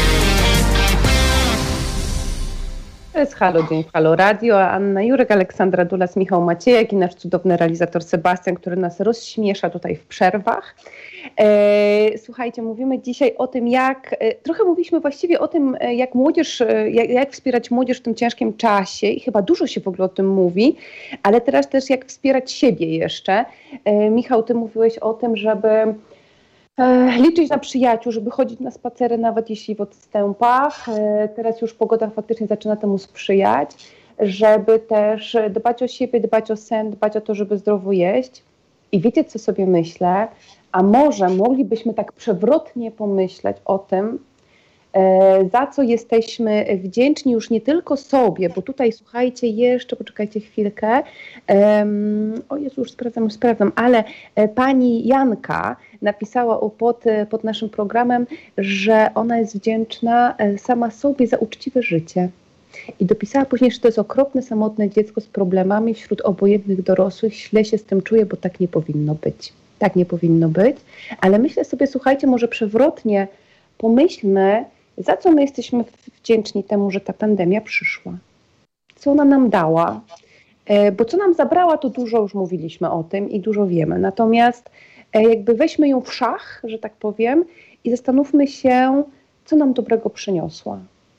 To jest Halo Dzień w Halo Radio, Anna Jurek, Aleksandra Dulas, Michał Maciejek i nasz cudowny realizator Sebastian, który nas rozśmiesza tutaj w przerwach. Słuchajcie, mówimy dzisiaj o tym, trochę mówiliśmy właściwie o tym, jak młodzież, jak wspierać młodzież w tym ciężkim czasie i chyba dużo się w ogóle o tym mówi, ale teraz też jak wspierać siebie jeszcze. Michał, ty mówiłeś o tym, żeby liczyć na przyjaciół, żeby chodzić na spacery, nawet jeśli w odstępach. Teraz już pogoda faktycznie zaczyna temu sprzyjać, żeby też dbać o siebie, dbać o sen, dbać o to, żeby zdrowo jeść. I wiecie, co sobie myślę? A może moglibyśmy tak przewrotnie pomyśleć o tym, za co jesteśmy wdzięczni już nie tylko sobie, bo tutaj słuchajcie, jeszcze poczekajcie chwilkę, o Jezu, już sprawdzam, ale pani Janka napisała pod naszym programem, że ona jest wdzięczna sama sobie za uczciwe życie. I dopisała później, że to jest okropne, samotne dziecko z problemami wśród obojętnych dorosłych, źle się z tym czuje, bo tak nie powinno być. Tak nie powinno być, ale myślę sobie, słuchajcie, może przewrotnie pomyślmy, za co my jesteśmy wdzięczni temu, że ta pandemia przyszła. Co ona nam dała? Bo co nam zabrała, to dużo już mówiliśmy o tym i dużo wiemy. Natomiast jakby weźmy ją w szach, że tak powiem, i zastanówmy się, co nam dobrego przyniosła.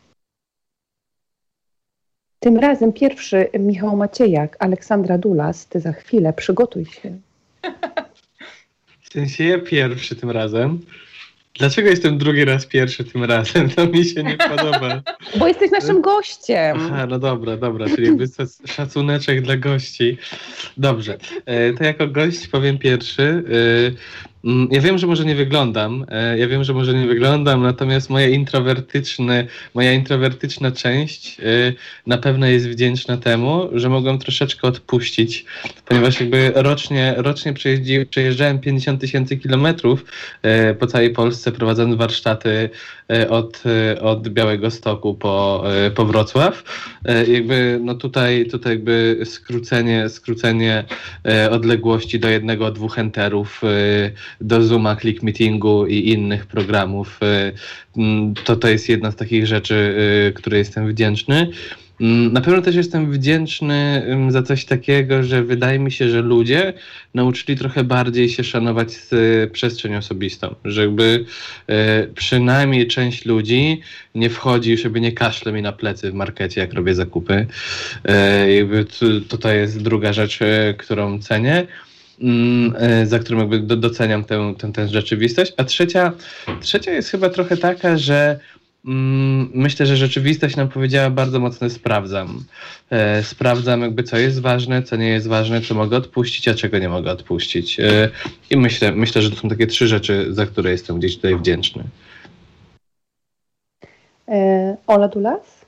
Tym razem pierwszy Michał Maciejak, Aleksandra Dulas, ty za chwilę, przygotuj się. W sensie ja pierwszy tym razem. Dlaczego jestem drugi raz pierwszy tym razem? To mi się nie podoba. Bo jesteś naszym gościem. Aha, no dobra, czyli jakby szacuneczek dla gości. Dobrze, to jako gość powiem pierwszy. Ja wiem, że może nie wyglądam, natomiast moja introwertyczna część na pewno jest wdzięczna temu, że mogłem troszeczkę odpuścić, ponieważ jakby rocznie przejeżdżałem 50 000 kilometrów po całej Polsce, prowadząc warsztaty od Białegostoku po Wrocław. Jakby no tutaj jakby skrócenie odległości do 1-2 enterów do Zooma, Click Meetingu i innych programów. To jest jedna z takich rzeczy, której jestem wdzięczny. Na pewno też jestem wdzięczny za coś takiego, że wydaje mi się, że ludzie nauczyli trochę bardziej się szanować z przestrzenią osobistą, że jakby przynajmniej część ludzi nie wchodzi, żeby nie kaszle mi na plecy w markecie, jak robię zakupy. Jakby to jest druga rzecz, którą cenię, za którą jakby doceniam tę rzeczywistość. A trzecia jest chyba trochę taka, że myślę, że rzeczywistość nam powiedziała bardzo mocno sprawdzam. Sprawdzam jakby co jest ważne, co nie jest ważne, co mogę odpuścić, a czego nie mogę odpuścić. I myślę, że to są takie 3 rzeczy, za które jestem gdzieś tutaj wdzięczny. Ola Dulas?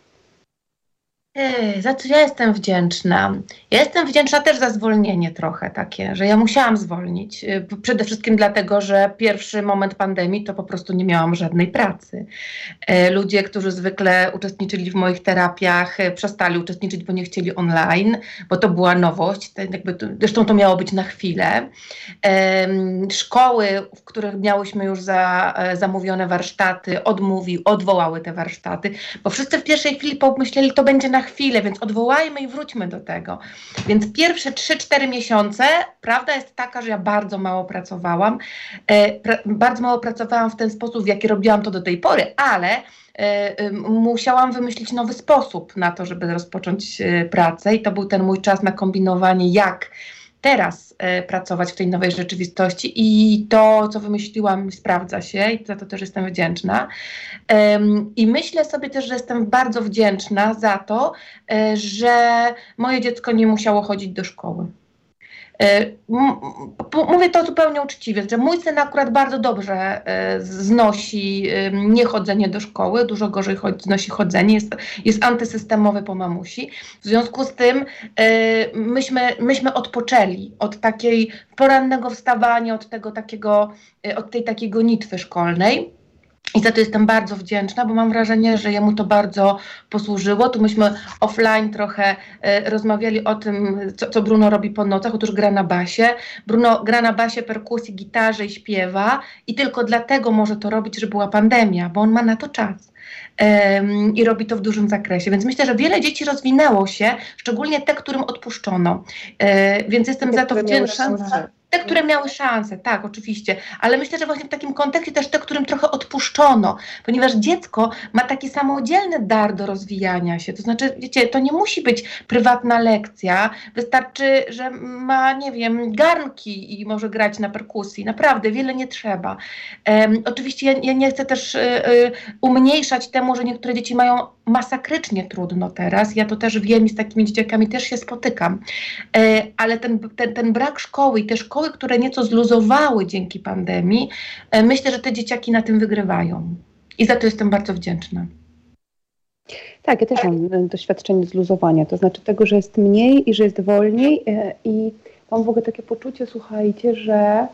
Za co ja jestem wdzięczna? Ja jestem wdzięczna też za zwolnienie trochę takie, że ja musiałam zwolnić. Przede wszystkim dlatego, że pierwszy moment pandemii to po prostu nie miałam żadnej pracy. Ludzie, którzy zwykle uczestniczyli w moich terapiach, przestali uczestniczyć, bo nie chcieli online, bo to była nowość. Zresztą to miało być na chwilę. Szkoły, w których miałyśmy już zamówione warsztaty, odwołały te warsztaty, bo wszyscy w pierwszej chwili pomyśleli, to będzie na chwilę, więc odwołajmy i wróćmy do tego. Więc pierwsze 3-4 miesiące, prawda jest taka, że ja bardzo mało pracowałam. Bardzo mało pracowałam w ten sposób, w jaki robiłam to do tej pory, ale musiałam wymyślić nowy sposób na to, żeby rozpocząć pracę i to był ten mój czas na kombinowanie, jak teraz pracować w tej nowej rzeczywistości i to, co wymyśliłam, sprawdza się i za to też jestem wdzięczna. I myślę sobie też, że jestem bardzo wdzięczna za to, że moje dziecko nie musiało chodzić do szkoły. Mówię to zupełnie uczciwie, że mój syn akurat bardzo dobrze znosi niechodzenie do szkoły, dużo gorzej znosi chodzenie, jest antysystemowy po mamusi. W związku z tym myśmy odpoczęli od takiej porannego wstawania, od tej takiej gonitwy szkolnej. I za to jestem bardzo wdzięczna, bo mam wrażenie, że jemu to bardzo posłużyło. Tu myśmy offline trochę rozmawiali o tym, co Bruno robi po nocach. Otóż gra na basie. Bruno gra na basie, perkusji, gitarze i śpiewa. I tylko dlatego może to robić, że była pandemia, bo on ma na to czas. I robi to w dużym zakresie. Więc myślę, że wiele dzieci rozwinęło się, szczególnie te, którym odpuszczono. Więc jestem za to wdzięczna. Te, które miały szansę, tak, oczywiście, ale myślę, że właśnie w takim kontekście też te, którym trochę odpuszczono, ponieważ dziecko ma taki samodzielny dar do rozwijania się, to znaczy, wiecie, to nie musi być prywatna lekcja, wystarczy, że ma, nie wiem, garnki i może grać na perkusji, naprawdę, wiele nie trzeba. Oczywiście ja nie chcę też umniejszać temu, że niektóre dzieci mają masakrycznie trudno teraz, ja to też wiem i z takimi dzieciakami też się spotykam, ale ten brak szkoły i te szkoły, które nieco zluzowały dzięki pandemii, myślę, że te dzieciaki na tym wygrywają. I za to jestem bardzo wdzięczna. Tak, ja też mam doświadczenie zluzowania, to znaczy tego, że jest mniej i że jest wolniej i mam w ogóle takie poczucie, słuchajcie, że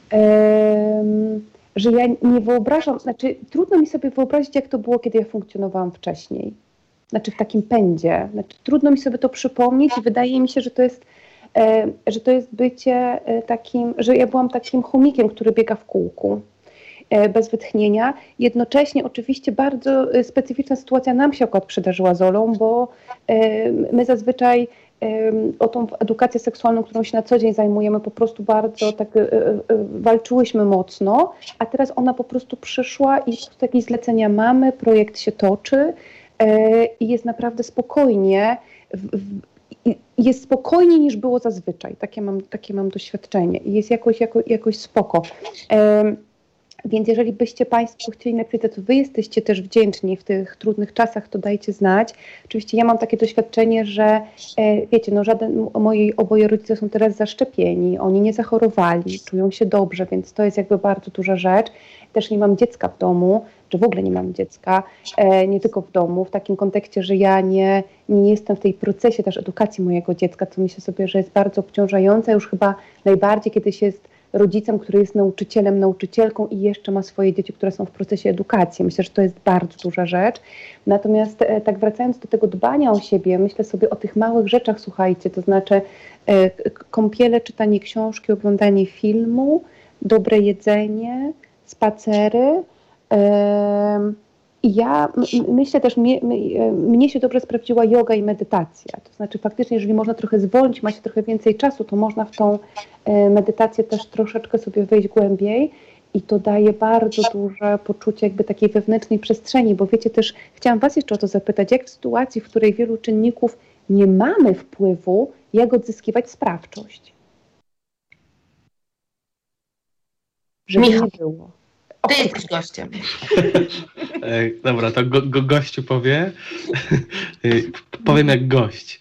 ja nie wyobrażam, znaczy trudno mi sobie wyobrazić, jak to było, kiedy ja funkcjonowałam wcześniej. Znaczy w takim pędzie. Znaczy, trudno mi sobie to przypomnieć i wydaje mi się, że to jest bycie takim, że ja byłam takim chomikiem, który biega w kółku bez wytchnienia. Jednocześnie oczywiście bardzo specyficzna sytuacja nam się akurat przydarzyła z Olą, bo my zazwyczaj o tą edukację seksualną, którą się na co dzień zajmujemy, po prostu bardzo tak walczyłyśmy mocno, a teraz ona po prostu przyszła i jakieś zlecenia mamy, projekt się toczy i jest naprawdę spokojnie, jest spokojniej niż było zazwyczaj. Takie mam doświadczenie i jest jakoś spoko. Więc jeżeli byście Państwo chcieli napisać, co Wy jesteście też wdzięczni w tych trudnych czasach, to dajcie znać. Oczywiście ja mam takie doświadczenie, że wiecie, no oboje rodzice są teraz zaszczepieni, oni nie zachorowali, czują się dobrze, więc to jest jakby bardzo duża rzecz. Też nie mam dziecka w domu, czy w ogóle nie mam dziecka, nie tylko w domu, w takim kontekście, że ja nie jestem w tej procesie też edukacji mojego dziecka, co myślę sobie, że jest bardzo obciążające, już chyba najbardziej, kiedy się jest rodzicem, który jest nauczycielem, nauczycielką i jeszcze ma swoje dzieci, które są w procesie edukacji. Myślę, że to jest bardzo duża rzecz. Natomiast tak wracając do tego dbania o siebie, myślę sobie o tych małych rzeczach, słuchajcie, to znaczy kąpiele, czytanie książki, oglądanie filmu, dobre jedzenie, spacery, I ja myślę też, mnie się dobrze sprawdziła joga i medytacja. To znaczy faktycznie, jeżeli można trochę zwolnić, ma się trochę więcej czasu, to można w tą medytację też troszeczkę sobie wejść głębiej i to daje bardzo duże poczucie jakby takiej wewnętrznej przestrzeni, bo wiecie też, chciałam was jeszcze o to zapytać, jak w sytuacji, w której wielu czynników nie mamy wpływu, jak odzyskiwać sprawczość? Żeby Michał, nie było. ty jesteś gościem. Dobra, to gościu powie. Powiem jak gość.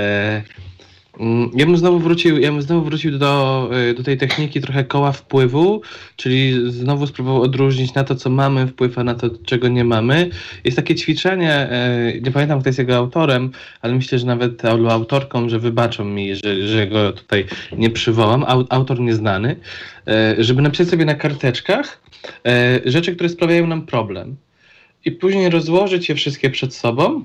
Ja bym znowu wrócił do tej techniki trochę koła wpływu, czyli znowu spróbował odróżnić na to, co mamy wpływ, a na to, czego nie mamy. Jest takie ćwiczenie, nie pamiętam, kto jest jego autorem, ale myślę, że nawet autorką, że wybaczą mi, że go tutaj nie przywołam, autor nieznany, żeby napisać sobie na karteczkach rzeczy, które sprawiają nam problem i później rozłożyć je wszystkie przed sobą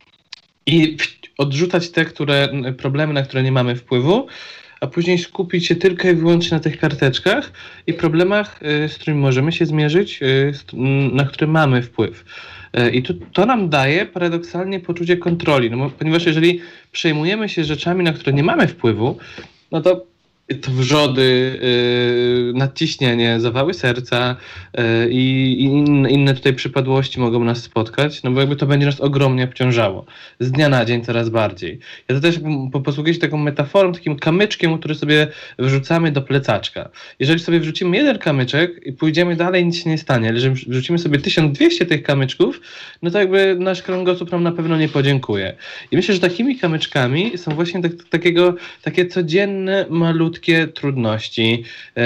i odrzucać te problemy, na które nie mamy wpływu, a później skupić się tylko i wyłącznie na tych karteczkach i problemach, z którymi możemy się zmierzyć, na które mamy wpływ. I to nam daje paradoksalnie poczucie kontroli, ponieważ jeżeli przejmujemy się rzeczami, na które nie mamy wpływu, no to wrzody, nadciśnienie, zawały serca i inne tutaj przypadłości mogą nas spotkać, no bo jakby to będzie nas ogromnie obciążało. Z dnia na dzień coraz bardziej. Ja to też posługuję się taką metaforą, takim kamyczkiem, który sobie wrzucamy do plecaczka. Jeżeli sobie wrzucimy jeden kamyczek i pójdziemy dalej, nic się nie stanie, ale jeżeli wrzucimy sobie 1200 tych kamyczków, no to jakby nasz kręgosłup nam na pewno nie podziękuje. I myślę, że takimi kamyczkami są właśnie takie codzienne, malutkie trudności,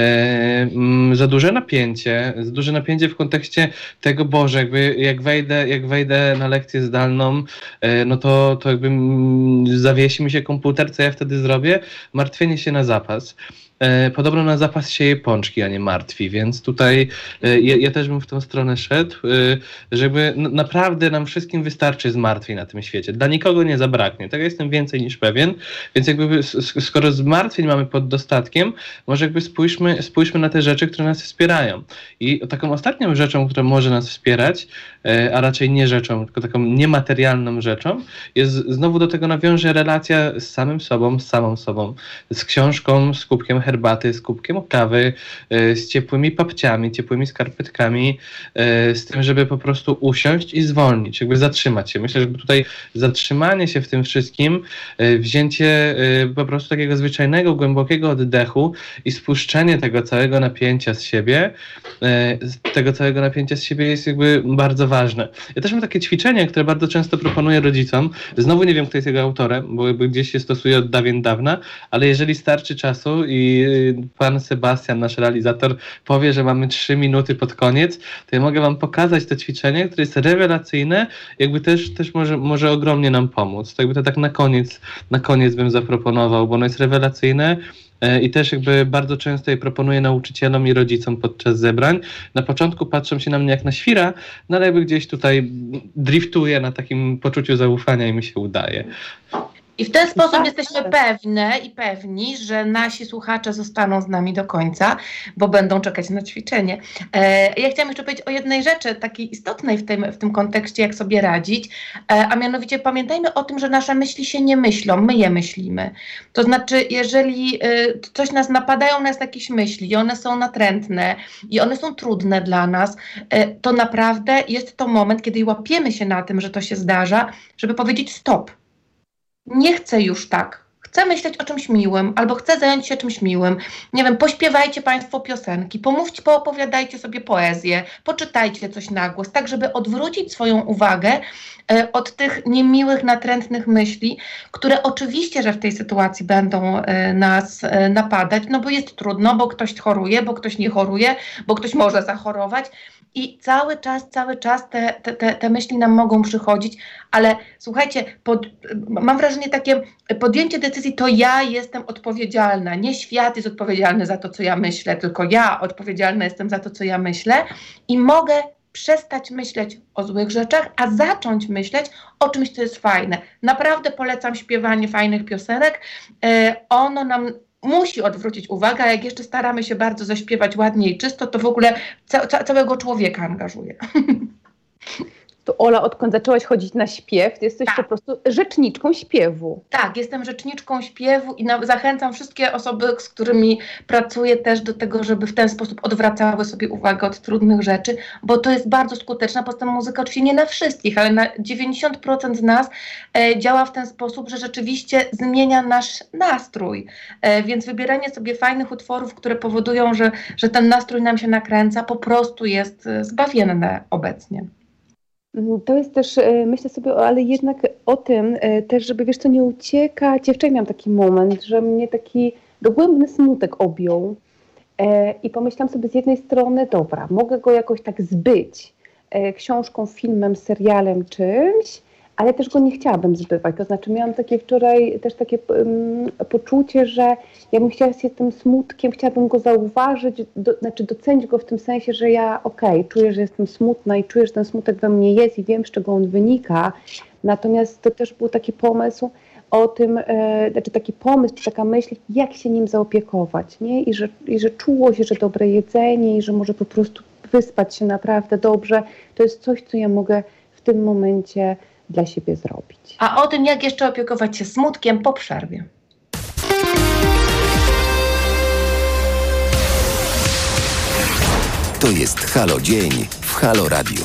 za duże napięcie w kontekście tego, Boże, jakby jak wejdę na lekcję zdalną, no to jakby zawiesi mi się komputer, co ja wtedy zrobię? Martwienie się na zapas. Podobno na zapas sieje pączki, a nie martwi, więc tutaj ja też bym w tą stronę szedł, żeby naprawdę nam wszystkim wystarczy zmartwień na tym świecie. Dla nikogo nie zabraknie, tego jestem więcej niż pewien, więc jakby skoro zmartwień mamy pod dostatkiem, może jakby spójrzmy na te rzeczy, które nas wspierają. I taką ostatnią rzeczą, która może nas wspierać, a raczej nie rzeczą, tylko taką niematerialną rzeczą, jest znowu do tego nawiąże relacja z samym sobą, z samą sobą, z książką, z kubkiem herbaty, z kubkiem kawy, z ciepłymi papciami, ciepłymi skarpetkami, z tym, żeby po prostu usiąść i zwolnić, jakby zatrzymać się. Myślę, że tutaj zatrzymanie się w tym wszystkim, wzięcie po prostu takiego zwyczajnego, głębokiego oddechu i spuszczenie tego całego napięcia z siebie, jest jakby bardzo ważne. Ja też mam takie ćwiczenie, które bardzo często proponuję rodzicom. Znowu nie wiem, kto jest jego autorem, bo jakby gdzieś się stosuje od dawien dawna, ale jeżeli starczy czasu i pan Sebastian, nasz realizator, powie, że mamy 3 minuty pod koniec, to ja mogę wam pokazać to ćwiczenie, które jest rewelacyjne, jakby też może ogromnie nam pomóc. To jakby to tak na koniec bym zaproponował, bo ono jest rewelacyjne i też jakby bardzo często je proponuję nauczycielom i rodzicom podczas zebrań. Na początku patrzą się na mnie jak na świra, no ale jakby gdzieś tutaj driftuję na takim poczuciu zaufania i mi się udaje. I w ten sposób jesteśmy pewni, że nasi słuchacze zostaną z nami do końca, bo będą czekać na ćwiczenie. Ja chciałam jeszcze powiedzieć o jednej rzeczy takiej istotnej w tym kontekście, jak sobie radzić, a mianowicie pamiętajmy o tym, że nasze myśli się nie myślą, my je myślimy. To znaczy, jeżeli coś napadają nas jakieś myśli i one są natrętne i one są trudne dla nas, to naprawdę jest to moment, kiedy łapiemy się na tym, że to się zdarza, żeby powiedzieć stop. Nie chcę już tak. Chcę myśleć o czymś miłym, albo chcę zająć się czymś miłym. Nie wiem, pośpiewajcie Państwo piosenki, poopowiadajcie sobie poezję, poczytajcie coś na głos, tak żeby odwrócić swoją uwagę od tych niemiłych, natrętnych myśli, które oczywiście, że w tej sytuacji będą nas napadać, no bo jest trudno, bo ktoś choruje, bo ktoś nie choruje, bo ktoś może zachorować. I cały czas te myśli nam mogą przychodzić, ale słuchajcie, mam wrażenie takie podjęcie decyzji, to ja jestem odpowiedzialna, nie świat jest odpowiedzialny za to, co ja myślę, tylko ja odpowiedzialna jestem za to, co ja myślę i mogę przestać myśleć o złych rzeczach, a zacząć myśleć o czymś, co jest fajne. Naprawdę polecam śpiewanie fajnych piosenek, ono nam musi odwrócić uwagę, a jak jeszcze staramy się bardzo zaśpiewać ładnie i czysto, to w ogóle całego człowieka angażuje. To Ola, odkąd zaczęłaś chodzić na śpiew, ty jesteś po prostu rzeczniczką śpiewu. Tak, jestem rzeczniczką śpiewu i zachęcam wszystkie osoby, z którymi pracuję też do tego, żeby w ten sposób odwracały sobie uwagę od trudnych rzeczy, bo to jest bardzo skuteczne. Poza tym muzyka oczywiście nie na wszystkich, ale na 90% z nas działa w ten sposób, że rzeczywiście zmienia nasz nastrój. Więc wybieranie sobie fajnych utworów, które powodują, że ten nastrój nam się nakręca, po prostu jest zbawienne obecnie. To jest też, myślę sobie, ale jednak o tym też, żeby wiesz co, nie uciekać. Ja wczoraj miałam taki moment, że mnie taki dogłębny smutek objął i pomyślałam sobie z jednej strony, dobra, mogę go jakoś tak zbyć książką, filmem, serialem, czymś, ale też go nie chciałabym zbywać. To znaczy miałam takie wczoraj też takie poczucie, że ja bym chciała się tym smutkiem, chciałabym go zauważyć, znaczy docenić go w tym sensie, że ja czuję, że jestem smutna i czuję, że ten smutek we mnie jest i wiem, z czego on wynika. Natomiast to też był taki pomysł o tym, znaczy taki pomysł, czy taka myśl, jak się nim zaopiekować, nie? I że czułość, że dobre jedzenie i że może po prostu wyspać się naprawdę dobrze, to jest coś, co ja mogę w tym momencie dla siebie zrobić. A o tym, jak jeszcze opiekować się smutkiem, po przerwie. To jest Halo Dzień w Halo Radio.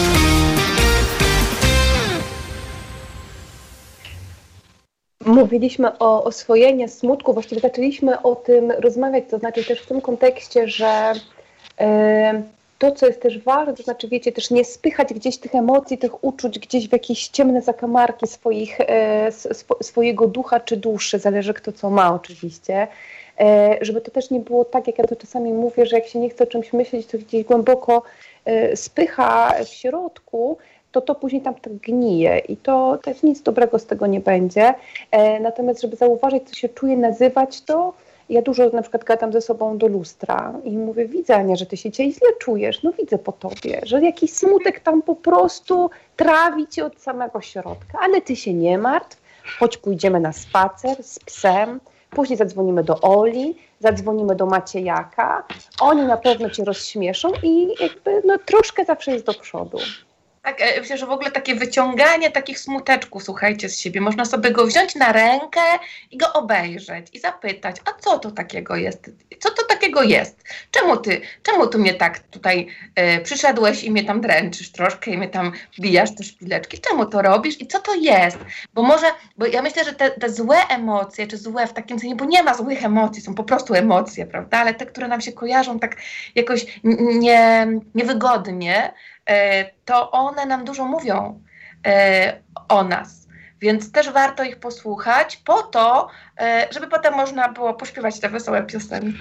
Mówiliśmy o oswojeniu smutku, właściwie zaczęliśmy o tym rozmawiać, to znaczy też w tym kontekście, że to, co jest też ważne, to znaczy, wiecie, też nie spychać gdzieś tych emocji, tych uczuć gdzieś w jakieś ciemne zakamarki swojego ducha czy duszy, zależy kto co ma oczywiście, żeby to też nie było tak, jak ja to czasami mówię, że jak się nie chce o czymś myśleć, to gdzieś głęboko spycha w środku, to później tam tak gnije i to też nic dobrego z tego nie będzie. Natomiast, żeby zauważyć, co się czuje, nazywać to, ja dużo na przykład gadam ze sobą do lustra i mówię, widzę, Ania, że ty się dzisiaj źle czujesz, no widzę po tobie, że jakiś smutek tam po prostu trawi cię od samego środka, ale ty się nie martw, choć pójdziemy na spacer z psem, później zadzwonimy do Oli, zadzwonimy do Maciejaka, oni na pewno cię rozśmieszą i jakby no troszkę zawsze jest do przodu. Tak, myślę, że w ogóle takie wyciąganie takich smuteczków, słuchajcie, z siebie. Można sobie go wziąć na rękę i go obejrzeć i zapytać, a co to takiego jest? Co to takiego jest? Czemu ty mnie tak tutaj przyszedłeś i mnie tam dręczysz troszkę i mnie tam bijasz te szpileczki? Czemu to robisz i co to jest? Bo ja myślę, że te złe emocje, czy złe w takim sensie, bo nie ma złych emocji, są po prostu emocje, prawda? Ale te, które nam się kojarzą tak jakoś niewygodnie, to one nam dużo mówią o nas. Więc też warto ich posłuchać po to, żeby potem można było pośpiewać te wesołe piosenki.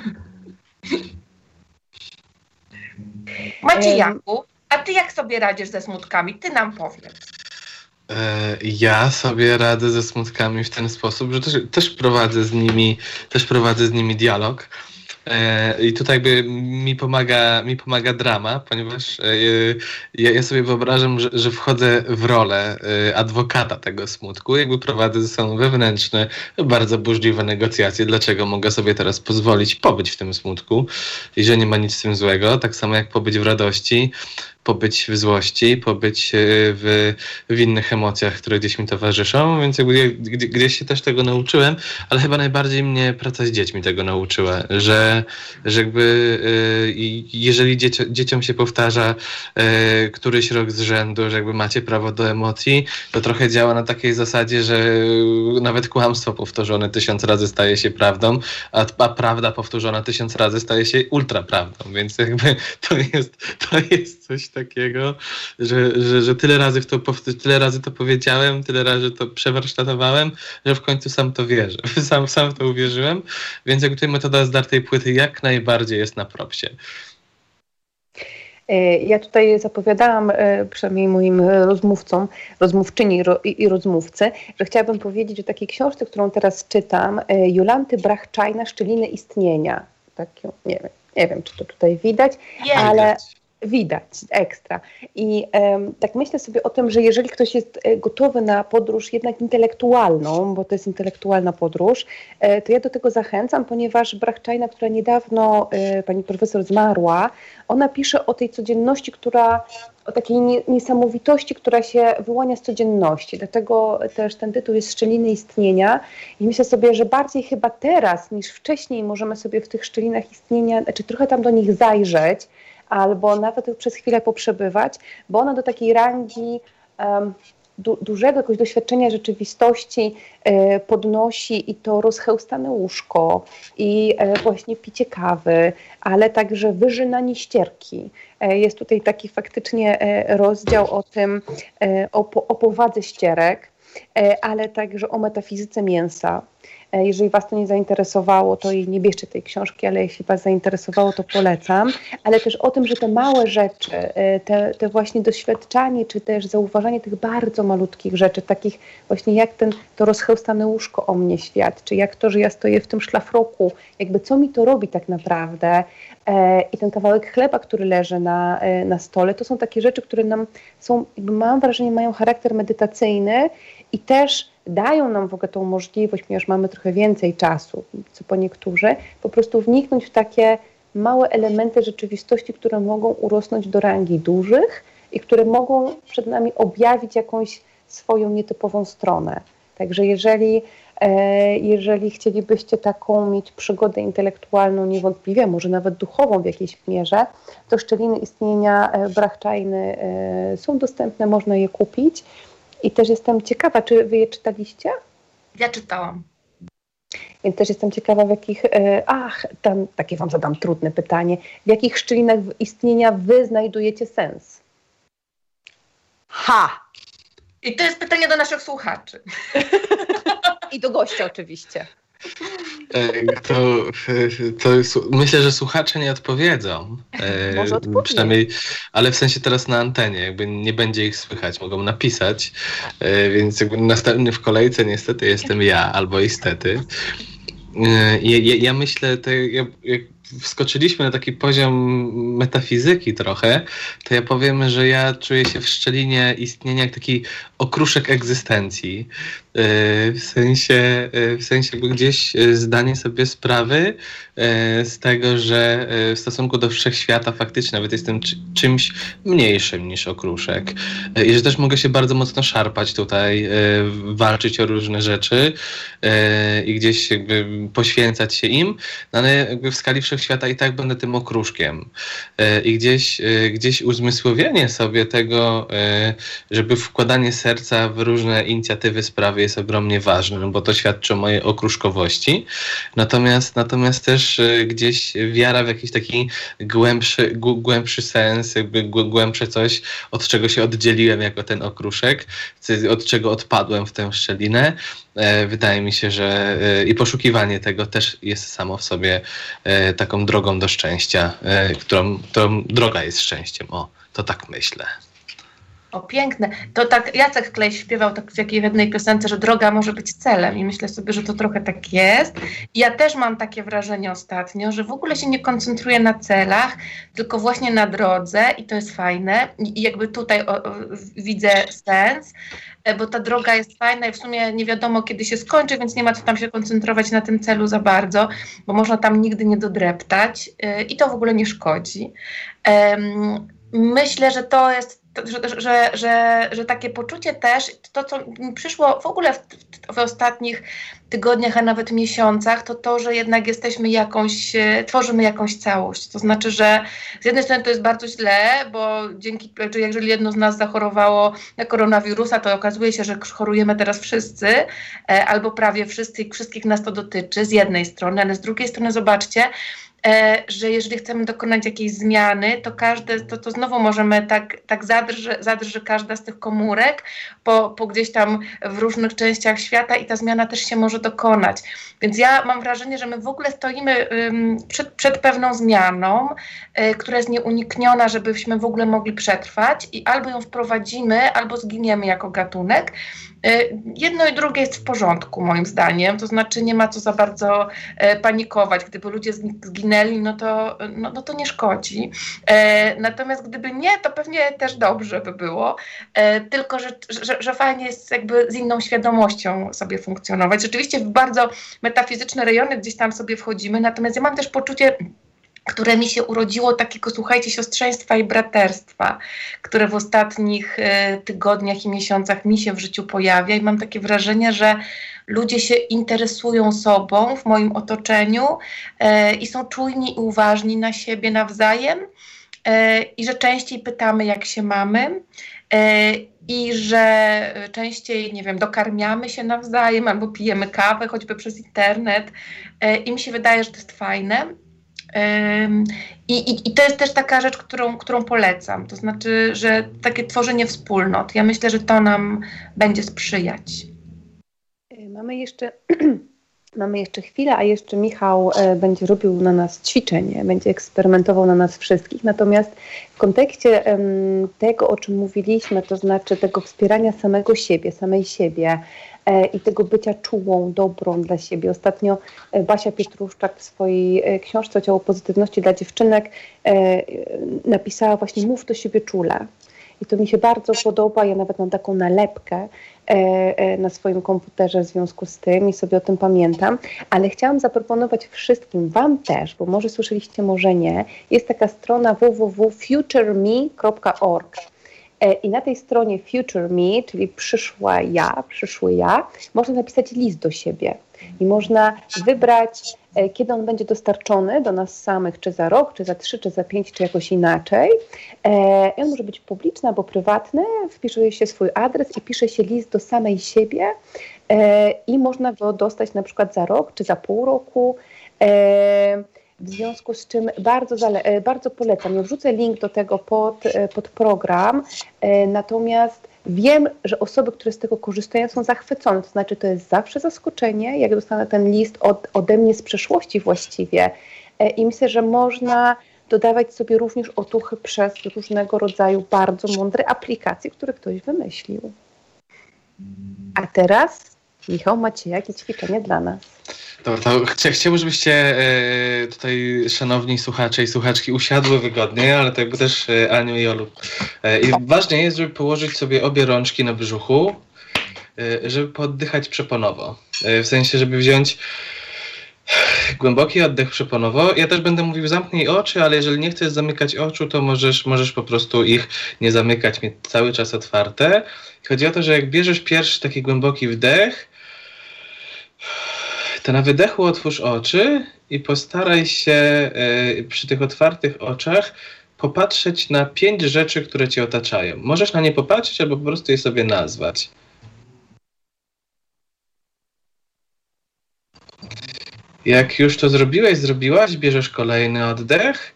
Maciejaku, a ty jak sobie radzisz ze smutkami? Ty nam powiedz. Ja sobie radzę ze smutkami w ten sposób, że też prowadzę z nimi dialog. I tutaj jakby mi pomaga drama, ponieważ ja sobie wyobrażam, że wchodzę w rolę adwokata tego smutku, jakby prowadzę ze sobą wewnętrzne, bardzo burzliwe negocjacje, dlaczego mogę sobie teraz pozwolić pobyć w tym smutku i że nie ma nic z tym złego, tak samo jak pobyć w radości, pobyć w złości, pobyć w innych emocjach, które gdzieś mi towarzyszą, więc jakby gdzieś się też tego nauczyłem, ale chyba najbardziej mnie praca z dziećmi tego nauczyła, że jakby jeżeli dzieciom się powtarza któryś rok z rzędu, że jakby macie prawo do emocji, to trochę działa na takiej zasadzie, że nawet kłamstwo powtórzone 1000 razy staje się prawdą, a prawda powtórzona 1000 razy staje się ultraprawdą, więc jakby to jest coś takiego, że tyle razy to powiedziałem, tyle razy to przewarsztatowałem, że w końcu sam to wierzę. Sam w to uwierzyłem, więc jakby tutaj metoda zdartej płyty jak najbardziej jest na propsie. Ja tutaj zapowiadałam przynajmniej moim rozmówczyni i rozmówcy, że chciałabym powiedzieć o takiej książce, którą teraz czytam, Jolanty Brach-Czajna, Szczeliny istnienia. Tak, nie wiem, czy to tutaj widać, ale Widać, ekstra. I tak myślę sobie o tym, że jeżeli ktoś jest gotowy na podróż jednak intelektualną, bo to jest intelektualna podróż, to ja do tego zachęcam, ponieważ Brachczajna, która niedawno, pani profesor, zmarła, ona pisze o tej codzienności, o takiej niesamowitości, która się wyłania z codzienności. Dlatego też ten tytuł jest Szczeliny istnienia. I myślę sobie, że bardziej chyba teraz niż wcześniej możemy sobie w tych szczelinach istnienia, czy trochę tam do nich zajrzeć, albo nawet przez chwilę poprzebywać, bo ona do takiej rangi dużego jakiegoś doświadczenia rzeczywistości podnosi i to rozchełstane łóżko i właśnie picie kawy, ale także wyżynanie ścierki. Jest tutaj taki faktycznie rozdział o tym, o powadze ścierek, ale także o metafizyce mięsa. Jeżeli Was to nie zainteresowało, to i nie bierzcie tej książki, ale jeśli Was zainteresowało, to polecam. Ale też o tym, że te małe rzeczy, te właśnie doświadczanie, czy też zauważanie tych bardzo malutkich rzeczy, takich właśnie jak to rozchełstane łóżko o mnie świadczy, jak to, że ja stoję w tym szlafroku, jakby co mi to robi tak naprawdę, i ten kawałek chleba, który leży na stole, to są takie rzeczy, które nam są, jakby mam wrażenie, mają charakter medytacyjny i też dają nam w ogóle tą możliwość, ponieważ mamy trochę więcej czasu, co po niektórzy, po prostu wniknąć w takie małe elementy rzeczywistości, które mogą urosnąć do rangi dużych i które mogą przed nami objawić jakąś swoją nietypową stronę. Także jeżeli chcielibyście taką mieć przygodę intelektualną niewątpliwie, może nawet duchową w jakiejś mierze, to Szczeliny istnienia Brachczajny są dostępne, można je kupić. I też jestem ciekawa, czy wy je czytaliście? Ja czytałam. Więc też jestem ciekawa, w jakich, takie wam zadam trudne pytanie, w jakich szczelinach istnienia wy znajdujecie sens? I to jest pytanie do naszych słuchaczy. I do gościa oczywiście. Myślę, że słuchacze nie odpowiedzą. Może odpowiedz. Przynajmniej, ale w sensie teraz na antenie, jakby nie będzie ich słychać, mogą napisać, więc jakby następny w kolejce niestety jestem ja, albo istety. Ja myślę, jak wskoczyliśmy na taki poziom metafizyki trochę, to ja powiem, że ja czuję się w szczelinie istnienia jak taki okruszek egzystencji. W sensie jakby gdzieś zdanie sobie sprawy z tego, że w stosunku do wszechświata faktycznie nawet jestem czymś mniejszym niż okruszek. I że też mogę się bardzo mocno szarpać tutaj, walczyć o różne rzeczy i gdzieś jakby poświęcać się im, no ale jakby w skali wszechświata i tak będę tym okruszkiem. I gdzieś uzmysłowienie sobie tego, żeby wkładanie serca w różne inicjatywy, sprawy jest ogromnie ważne, no bo to świadczy o mojej okruszkowości. Natomiast też gdzieś wiara w jakiś taki głębszy sens, jakby głębsze coś, od czego się oddzieliłem jako ten okruszek, od czego odpadłem w tę szczelinę. Wydaje mi się, że i poszukiwanie tego też jest samo w sobie taką drogą do szczęścia, którą droga jest szczęściem. To tak myślę. O, piękne. To tak Jacek Klej śpiewał tak w jednej piosence, że droga może być celem i myślę sobie, że to trochę tak jest. I ja też mam takie wrażenie ostatnio, że w ogóle się nie koncentruję na celach, tylko właśnie na drodze i to jest fajne. I jakby tutaj widzę sens, bo ta droga jest fajna i w sumie nie wiadomo, kiedy się skończy, więc nie ma co tam się koncentrować na tym celu za bardzo, bo można tam nigdy nie dodreptać i to w ogóle nie szkodzi. Myślę, że to jest że takie poczucie też, to co mi przyszło w ogóle w ostatnich tygodniach, a nawet miesiącach, to, że jednak tworzymy jakąś całość. To znaczy, że z jednej strony to jest bardzo źle, bo jeżeli jedno z nas zachorowało na koronawirusa, to okazuje się, że chorujemy teraz wszyscy, albo prawie wszyscy i wszystkich nas to dotyczy, z jednej strony, ale z drugiej strony zobaczcie, że jeżeli chcemy dokonać jakiejś zmiany, to znowu możemy tak zadrży każda z tych komórek po gdzieś tam w różnych częściach świata i ta zmiana też się może dokonać. Więc ja mam wrażenie, że my w ogóle stoimy przed pewną zmianą, która jest nieunikniona, żebyśmy w ogóle mogli przetrwać i albo ją wprowadzimy, albo zginiemy jako gatunek. Jedno i drugie jest w porządku moim zdaniem, to znaczy nie ma co za bardzo panikować. Gdyby ludzie zginęli rozwinęli, no to nie szkodzi. Natomiast gdyby nie, to pewnie też dobrze by było, tylko że fajnie jest jakby z inną świadomością sobie funkcjonować. Rzeczywiście w bardzo metafizyczne rejony gdzieś tam sobie wchodzimy, natomiast ja mam też poczucie, które mi się urodziło, takiego, słuchajcie, siostrzeństwa i braterstwa, które w ostatnich tygodniach i miesiącach mi się w życiu pojawia i mam takie wrażenie, że ludzie się interesują sobą w moim otoczeniu i są czujni i uważni na siebie nawzajem i że częściej pytamy, jak się mamy i że częściej, nie wiem, dokarmiamy się nawzajem albo pijemy kawę, choćby przez internet i mi się wydaje, że to jest fajne. I to jest też taka rzecz, którą polecam, to znaczy, że takie tworzenie wspólnot, ja myślę, że to nam będzie sprzyjać. Mamy jeszcze chwilę, a jeszcze Michał będzie robił na nas ćwiczenie, będzie eksperymentował na nas wszystkich, natomiast w kontekście tego, o czym mówiliśmy, to znaczy tego wspierania samego siebie, samej siebie, i tego bycia czułą, dobrą dla siebie. Ostatnio Basia Pietruszczak w swojej książce o Ciało Pozytywności dla dziewczynek napisała właśnie mów do siebie czule. I to mi się bardzo podoba, ja nawet mam taką nalepkę na swoim komputerze w związku z tym i sobie o tym pamiętam, ale chciałam zaproponować wszystkim, Wam też, bo może słyszeliście, może nie, jest taka strona www.futureme.org. I na tej stronie Future Me, czyli przyszły ja, można napisać list do siebie i można wybrać, kiedy on będzie dostarczony do nas samych, czy za rok, czy za 3, czy za 5, czy jakoś inaczej. I on może być publiczny albo prywatny, wpisuje się swój adres i pisze się list do samej siebie i można go dostać na przykład za rok, czy za pół roku. W związku z czym bardzo polecam. Ja wrzucę link do tego pod program, natomiast wiem, że osoby, które z tego korzystają, są zachwycone. To znaczy, to jest zawsze zaskoczenie, jak dostanę ten list ode mnie z przeszłości właściwie. I myślę, że można dodawać sobie również otuchy przez różnego rodzaju bardzo mądre aplikacje, które ktoś wymyślił. A teraz, Michał, macie jakieś ćwiczenie dla nas? To chciałbym, żebyście tutaj, szanowni słuchacze i słuchaczki, usiadły wygodnie, ale to jakby też Aniu i Olu. I ważne jest, żeby położyć sobie obie rączki na brzuchu, żeby poddychać przeponowo. W sensie, żeby wziąć głęboki oddech przeponowo. Ja też będę mówił, zamknij oczy, ale jeżeli nie chcesz zamykać oczu, to możesz po prostu ich nie zamykać, mieć cały czas otwarte. Chodzi o to, że jak bierzesz pierwszy taki głęboki wdech, to na wydechu otwórz oczy i postaraj się przy tych otwartych oczach popatrzeć na 5 rzeczy, które cię otaczają. Możesz na nie popatrzeć albo po prostu je sobie nazwać. Jak już to zrobiłaś, bierzesz kolejny oddech.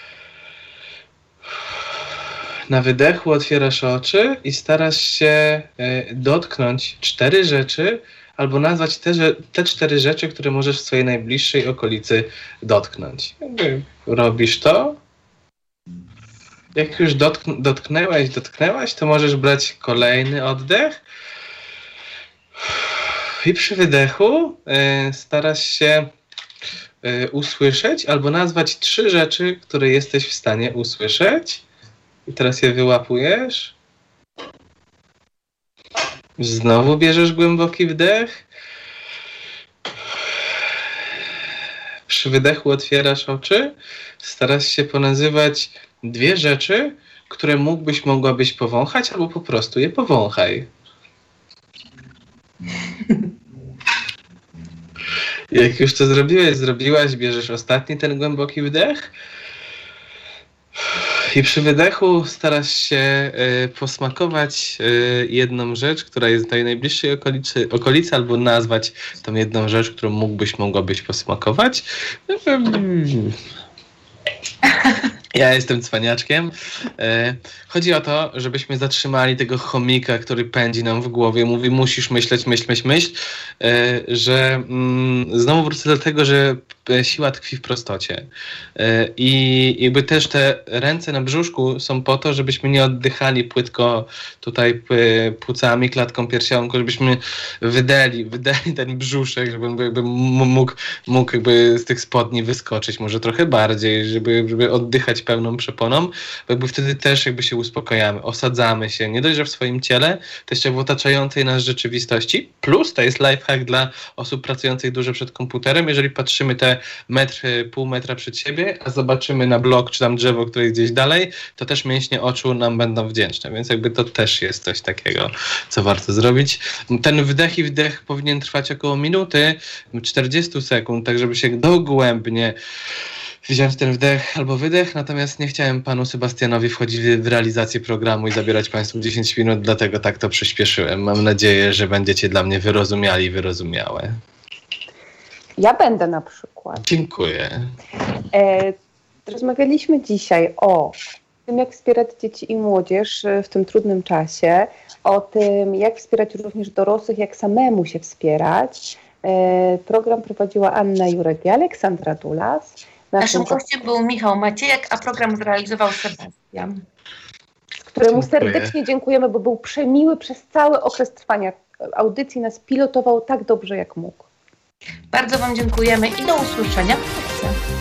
Na wydechu otwierasz oczy i starasz się dotknąć 4 rzeczy, albo nazwać te 4 rzeczy, które możesz w swojej najbliższej okolicy dotknąć. Jakby robisz to. Jak już dotknęłaś, to możesz brać kolejny oddech. I przy wydechu starasz się usłyszeć albo nazwać 3 rzeczy, które jesteś w stanie usłyszeć. I teraz je wyłapujesz. Znowu bierzesz głęboki wdech. Przy wydechu otwierasz oczy. Starasz się ponazywać 2 rzeczy, które mogłabyś powąchać, albo po prostu je powąchaj. Jak już to zrobiłaś, bierzesz ostatni ten głęboki wdech. I przy wydechu starasz się posmakować jedną rzecz, która jest w tej najbliższej okolicy, albo nazwać tą jedną rzecz, którą mogłabyś posmakować. Ja jestem cwaniaczkiem. Chodzi o to, żebyśmy zatrzymali tego chomika, który pędzi nam w głowie, mówi musisz myśleć, myśl, że znowu wrócę do tego, że siła tkwi w prostocie. I jakby też te ręce na brzuszku są po to, żebyśmy nie oddychali płytko tutaj płucami, klatką piersiową, żebyśmy wydali ten brzuszek, żeby jakby mógł jakby z tych spodni wyskoczyć może trochę bardziej, żeby oddychać pełną przeponą, bo jakby wtedy też jakby się uspokajamy, osadzamy się, nie dość, że w swoim ciele, to jeszcze w otaczającej nas rzeczywistości, plus to jest lifehack dla osób pracujących dużo przed komputerem, jeżeli patrzymy te pół metra przed siebie, a zobaczymy na blok czy tam drzewo, które jest gdzieś dalej, to też mięśnie oczu nam będą wdzięczne, więc jakby to też jest coś takiego, co warto zrobić. Ten wdech i wdech powinien trwać około minuty, 40 sekund, tak żeby się dogłębnie wziąć ten wdech albo wydech, natomiast nie chciałem panu Sebastianowi wchodzić w realizację programu i zabierać państwu 10 minut, dlatego tak to przyspieszyłem. Mam nadzieję, że będziecie dla mnie wyrozumiali i wyrozumiałe. Ja będę na przykład. Dziękuję. Rozmawialiśmy dzisiaj o tym, jak wspierać dzieci i młodzież w tym trudnym czasie, o tym, jak wspierać również dorosłych, jak samemu się wspierać. Program prowadziła Anna Jurek i Aleksandra Dulas. Naszym gościem był Michał Maciejek, a program zrealizował Sebastian. Któremu serdecznie dziękujemy, bo był przemiły przez cały okres trwania audycji, nas pilotował tak dobrze, jak mógł. Bardzo wam dziękujemy i do usłyszenia.